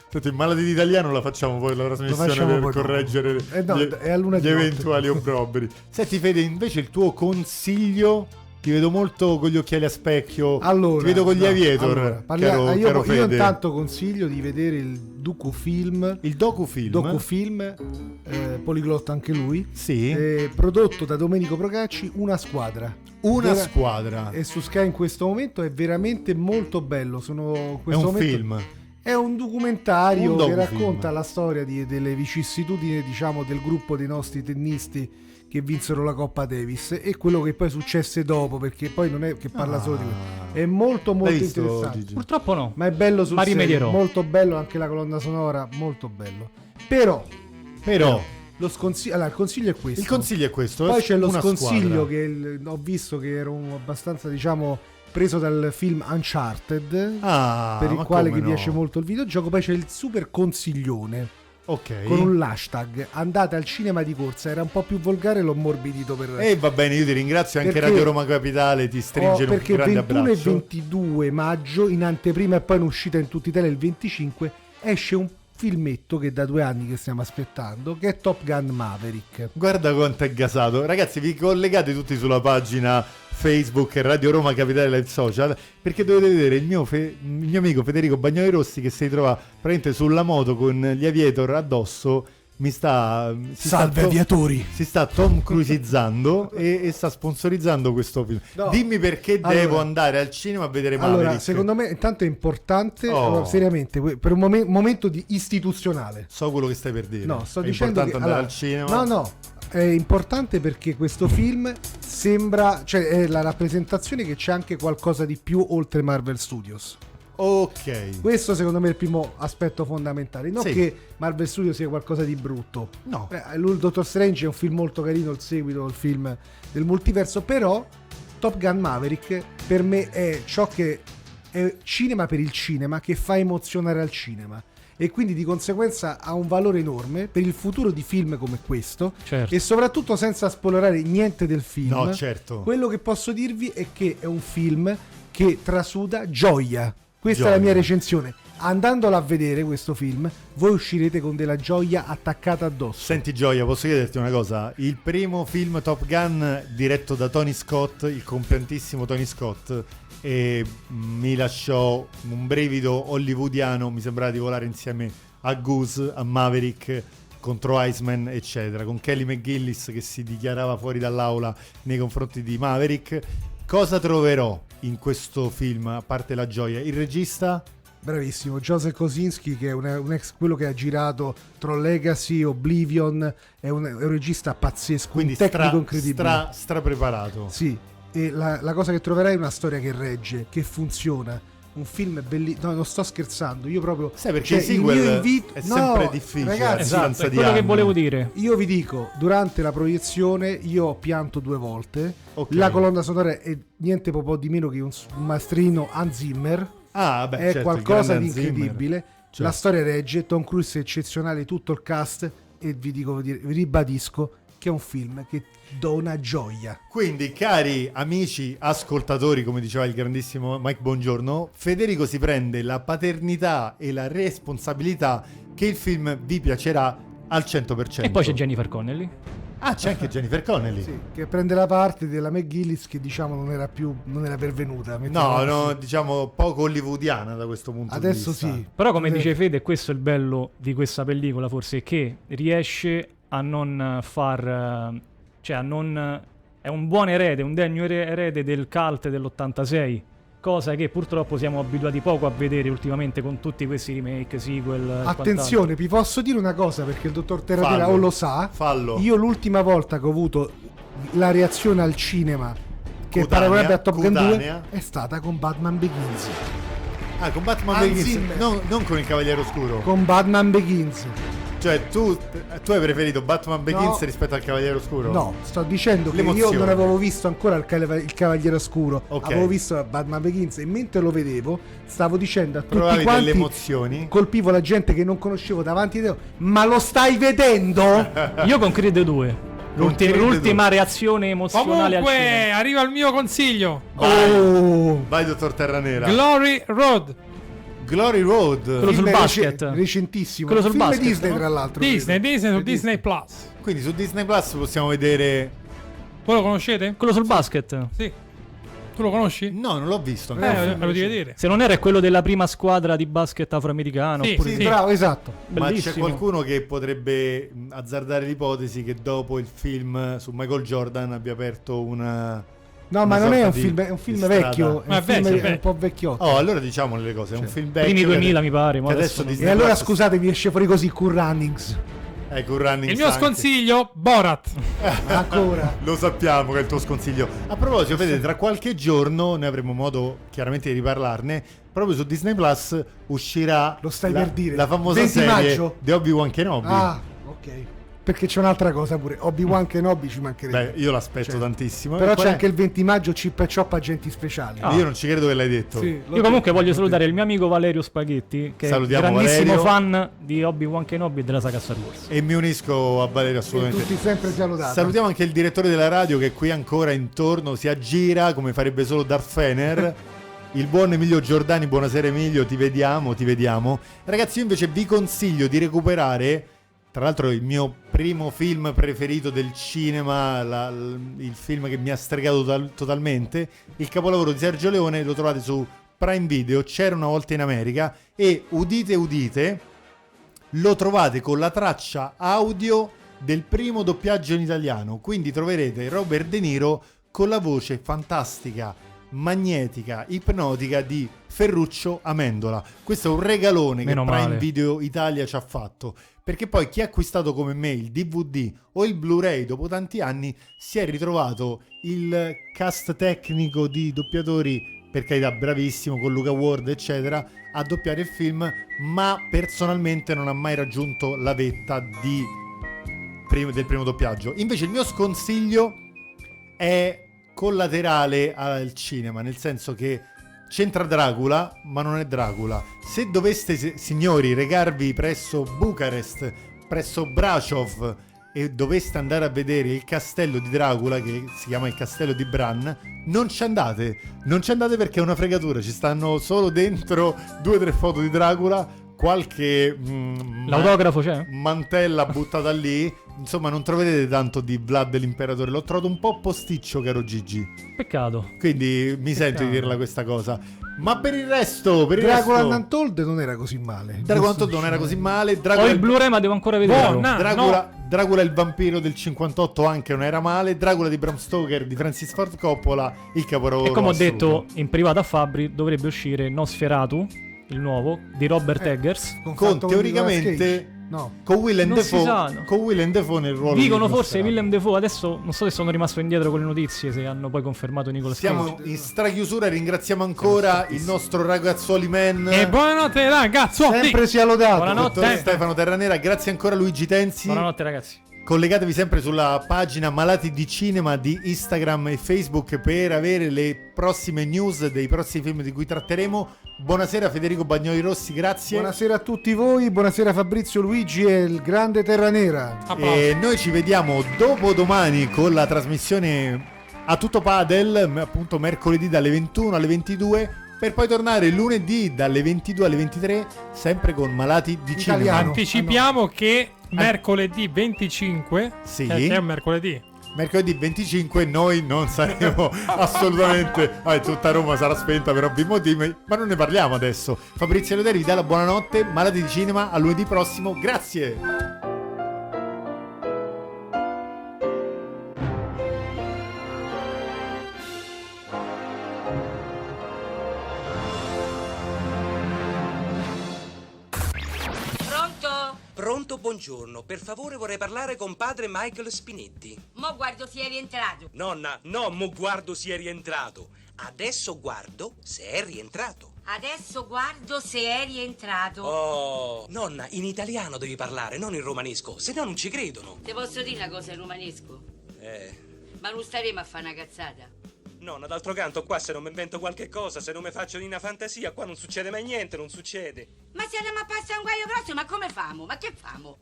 Senti, Malati d'italiano la facciamo poi la trasmissione facciamo per poi dopo. correggere Eh no, gli, è a luna gli di notte. eventuali obbrobri. Senti Fede, invece il tuo consiglio, ti vedo molto con gli occhiali a specchio, Allora, ti vedo con gli no, Aviator, allora, parlia- caro, io, caro io Fede. intanto consiglio di vedere il docufilm Il docufilm? docufilm eh, poliglotta anche lui, Sì. eh, prodotto da Domenico Procacci, Una squadra. Una Vera- squadra. E su Sky in questo momento è veramente molto bello. Sono in È questo un momento- film. È un documentario Un che docufilm. racconta la storia di- delle vicissitudini, diciamo, del gruppo dei nostri tennisti che vinsero la Coppa Davis e quello che poi successe dopo, perché poi non è che parla Ah. solo di quello. È molto molto L'hai visto, interessante. Gigi? Purtroppo no. Ma è bello sul Ma serio, rimedierò. molto bello anche la colonna sonora, molto bello. Però Però lo sconsiglio, allora, il consiglio è questo. il consiglio è questo. Poi è c'è lo una sconsiglio squadra. che il- ho visto che era un- abbastanza, diciamo, preso dal film Uncharted, Ah, per il ma quale come mi no? piace molto il videogioco. Poi c'è il super consiglione Ok. con un hashtag: andate al cinema di corsa. Era un po' più volgare, l'ho morbidito per E va bene, io ti ringrazio, anche Perché- Radio Roma Capitale ti stringe Oh, un perché grande ventuno abbraccio. e ventidue maggio in anteprima e poi in uscita in tutta Italia il venticinque esce un filmetto che da due anni che stiamo aspettando, che è Top Gun Maverick. Guarda quanto è gasato. Ragazzi, vi collegate tutti sulla pagina Facebook e Radio Roma Capitale Live Social, perché dovete vedere il mio, fe- il mio amico Federico Bagnoli Rossi che si trova praticamente sulla moto con gli Aviator addosso. Mi sta si Salve sta to- aviatori. si sta Tom Cruisizzando e, e sta sponsorizzando questo film. No. Dimmi perché Allora- devo andare al cinema a vedere Allora, Maverick. secondo me intanto è importante, Oh. allora, seriamente, que- per un momen- momento di istituzionale. So quello che stai per dire. No, sto è dicendo importante che andare allora, al cinema. No, no, è importante perché questo film sembra, cioè è la rappresentazione che c'è anche qualcosa di più oltre Marvel Studios. Ok. Questo secondo me è il primo aspetto fondamentale. Non Sì. che Marvel Studios sia qualcosa di brutto. No. Eh, lui, Doctor Strange è un film molto carino, il seguito, il film del multiverso, però Top Gun Maverick per me è ciò che è cinema per il cinema, che fa emozionare al cinema. E quindi di conseguenza ha un valore enorme per il futuro di film come questo. Certo. E soprattutto senza spoilerare niente del film. No, certo. Quello che posso dirvi è che è un film che trasuda gioia. Questa Gioia. è la mia recensione. Andandolo a vedere questo film, voi uscirete con della gioia attaccata addosso. Senti Gioia, posso chiederti una cosa? Il primo film Top Gun diretto da Tony Scott, il compiantissimo Tony Scott, e mi lasciò un brivido hollywoodiano, mi sembrava di volare insieme a Goose, a Maverick, contro Iceman, eccetera, con Kelly McGillis che si dichiarava fuori dall'aula nei confronti di Maverick. Cosa troverò in questo film, a parte la gioia? Il regista? Bravissimo, Joseph Kosinski, che è un, un ex quello che ha girato Tron Legacy, Oblivion, è un, è un regista pazzesco, Quindi un tecnico stra, incredibile. stra, stra preparato. Sì, e la, la cosa che troverai è una storia che regge, che funziona. Un film bellissimo. No, non sto scherzando. Io proprio. Sai, perché cioè, il sequel mio invito- è No, sempre difficile, ragazzi, a distanza Esatto, è di quello che anni. volevo dire. io vi dico, durante la proiezione io ho pianto due volte. Ok. La colonna sonora è niente po' di meno che un, un mastrino Hans Zimmer. Ah, beh, è certo, il qualcosa grande di Hans Zimmer. incredibile. Certo. La storia regge, Tom Cruise è eccezionale, tutto il cast, e vi dico, vi ribadisco che è un film che dona gioia. Quindi, cari amici ascoltatori, come diceva il grandissimo Mike Bongiorno, Federico si prende la paternità e la responsabilità che il film vi piacerà al cento per cento. E poi c'è Jennifer Connelly. Ah, c'è anche Jennifer Connelly. Sì, che prende la parte della McGillis che diciamo non era più non era pervenuta. No, mettiamola no, così. diciamo poco hollywoodiana da questo punto Adesso di vista. sì. Però come Eh. dice Fede, questo è il bello di questa pellicola, forse, che riesce a non far... eh, cioè a non... è un buon erede, un degno ere- erede del cult dell'ottantasei, cosa che purtroppo siamo abituati poco a vedere ultimamente con tutti questi remake, sequel e Attenzione, vi posso dire una cosa perché il dottor Terratera Fallo. o lo sa. Fallo. Io l'ultima volta che ho avuto la reazione al cinema che Cutanea, paragonabile a Top Gun due cutanea. è stata con Batman Begins. Ah, con Batman Hans Begins, Zimmer. non, non con il Cavaliere Oscuro. Con Batman Begins. Cioè, tu, tu hai preferito Batman Begins No. rispetto al Cavaliere Oscuro? No, sto dicendo che L'emozione. io non avevo visto ancora il, Cava- il Cavaliere Oscuro. Ok. Avevo visto Batman Begins e mentre lo vedevo stavo dicendo a tutti Provavi quanti, delle emozioni? colpivo la gente che non conoscevo davanti a te. Ma lo stai vedendo? quant'altro. Io con Creed due. L'ultima, Creed l'ultima reazione emozionale al Comunque, cinema. arriva il mio consiglio. Vai, Oh, vai dottor Terranera. Glory Road. Glory Road. Quello sul Film basket. rec- recentissimo. Quello sul Film basket, Disney, no? tra l'altro. Disney, credo. Disney su È Disney Plus. Quindi su Disney Plus possiamo vedere. Voi lo conoscete? Quello sul basket. Sì. Tu lo conosci? No, non l'ho visto. Eh, lo, lo devi vedere. Se non era è quello della prima squadra di basket afroamericano. Sì, oppure Sì, sì. bravo, esatto. Ma c'è Bellissimo. qualcuno che potrebbe mh, azzardare l'ipotesi che dopo il film su Michael Jordan abbia aperto una. No, una ma non è sorta un di- film, è un di film strada. vecchio. È Ma un film vecchio, è un vecchio. po' vecchiotto. Oh, allora diciamole le cose. È un film vecchio. Primi che- duemila mi pare. Ma che adesso adesso non- Disney E allora Plus- scusate, mi esce fuori così Cool Runnings. Ecco, un running Il mio anche. sconsiglio, Borat. Ancora. Lo sappiamo che è il tuo sconsiglio. A proposito, vedete, tra qualche giorno noi avremo modo chiaramente di riparlarne. Proprio su Disney Plus uscirà Lo stai la, per dire. la famosa venti serie maggio? di Obi-Wan Kenobi. Ah, ok. Perché c'è un'altra cosa pure. Obi-Wan Kenobi ci mancherebbe. Beh, io l'aspetto Cioè, tantissimo. Però E c'è qual è? anche il venti maggio Chip e Chop agenti speciali. Ah. Io non ci credo che l'hai detto. Sì, l'ho Io comunque detto. voglio salutare il mio amico Valerio Spaghetti, che Salutiamo è grandissimo Valerio. fan di Obi-Wan Kenobi e della saga Star Wars. E mi unisco a Valerio E assolutamente. tutti sempre salutati. Salutiamo anche il direttore della radio che è qui ancora intorno, si aggira come farebbe solo Darth Fener. Il buon Emilio Giordani, buonasera Emilio, ti vediamo, ti vediamo. Ragazzi, io invece vi consiglio di recuperare, tra l'altro il mio primo film preferito del cinema, la- l- il film che mi ha stregato total- totalmente, il capolavoro di Sergio Leone, lo trovate su Prime Video, C'era una volta in America, e udite udite, lo trovate con la traccia audio del primo doppiaggio in italiano, quindi troverete Robert De Niro con la voce fantastica, magnetica, ipnotica di Ferruccio Amendola. Questo è un regalone Meno che Prime male. Video Italia ci ha fatto, perché poi chi ha acquistato come me il D V D o il Blu-ray dopo tanti anni si è ritrovato il cast tecnico di doppiatori, per carità bravissimo, con Luca Ward eccetera, a doppiare il film, ma personalmente non ha mai raggiunto la vetta di prim- del primo doppiaggio. Invece il mio sconsiglio è collaterale al cinema, nel senso che c'entra Dracula, ma non è Dracula. Se doveste, se- signori, recarvi presso Bucarest, presso Brasov, e doveste andare a vedere il castello di Dracula, che si chiama il castello di Bran, non ci andate. Non ci andate perché è una fregatura. Ci stanno solo dentro due o tre foto di Dracula, qualche mm, L'autografo c'è? mantella buttata lì. Insomma, non troverete tanto di Vlad l'imperatore. L'ho trovato un po' posticcio, caro Gigi. Peccato. Quindi mi sento di dirla questa cosa. Ma per il resto, per il Dracula resto, Untold non era così male. Dracula Giusto? Untold non era così male. Ho Dracula, il Blu-ray ma devo ancora vederlo. Buona. Dracula, Dracula il vampiro del cinquantotto anche non era male. Dracula di Bram Stoker di Francis Ford Coppola, il capolavoro E come ho assoluto. detto in privato a Fabri, dovrebbe uscire Nosferatu, il nuovo, di Robert Eh. Eggers. Con con fatto con Nicolas teoricamente Cage? No. con Willem Non si Dafoe, sa, no. con Willem Dafoe nel ruolo Dicono di forse Nosferatu. Willem Dafoe, adesso non so se sono rimasto indietro con le notizie, se hanno poi confermato Nicolas Cage. Siamo in strachiusura, ringraziamo ancora il nostro ragazzuoli man. E buonanotte ragazzotti. Sempre sia lodato. Buonanotte. Dottor Stefano Terranera, grazie ancora Luigi Tenzi. Buonanotte ragazzi. Collegatevi sempre sulla pagina Malati di Cinema di Instagram e Facebook per avere le prossime news dei prossimi film di cui tratteremo. Buonasera Federico Bagnoli Rossi, grazie. Buonasera a tutti voi, buonasera Fabrizio Luigi e il grande Terra Nera. E noi ci vediamo dopo domani con la trasmissione A Tutto Padel, appunto mercoledì dalle ventuno alle ventidue, per poi tornare lunedì dalle ventidue alle ventitré, sempre con Malati di Italiano. Cinema. Anticipiamo che mercoledì venticinque, Sì. eh, che è un mercoledì, Mercoledì venticinque noi non saremo assolutamente, ah, tutta Roma sarà spenta per ovvi motivi, ma non ne parliamo adesso. Fabrizio Loderi vi dà la buonanotte, Malati di Cinema, a lunedì prossimo, grazie. Pronto? Pronto, buongiorno. Per favore vorrei parlare con padre Michael Spinetti. Mo guardo se è rientrato. Nonna, no, mo guardo se è rientrato. Adesso guardo se è rientrato. Adesso guardo se è rientrato. Oh, nonna, in italiano devi parlare, non in romanesco, se no non ci credono. Ti posso dire una cosa in romanesco? Eh, Ma non staremo a fare una cazzata. nonna, d'altro canto qua se non mi invento qualche cosa, se non mi faccio di una fantasia, qua non succede mai niente, non succede. Ma se andiamo a passare un guaio grosso, ma come famo? Ma che famo?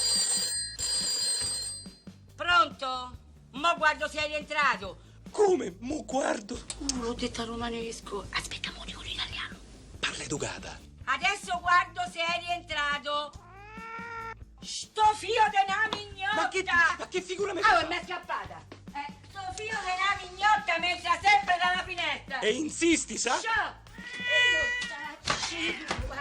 Pronto? Mo guardo se è rientrato. Come? Mo guardo. Uh, l'ho detto a romanesco. Aspetta, mo dico in italiano. Parla educata. Adesso guardo se è rientrato. Sto fio di una mignotta! Ma che, ma che figura mi Ah, fa? mi è scappata! Eh, sto fio di una mignotta mi entra sempre dalla finestra! E insisti, sa? Ciao!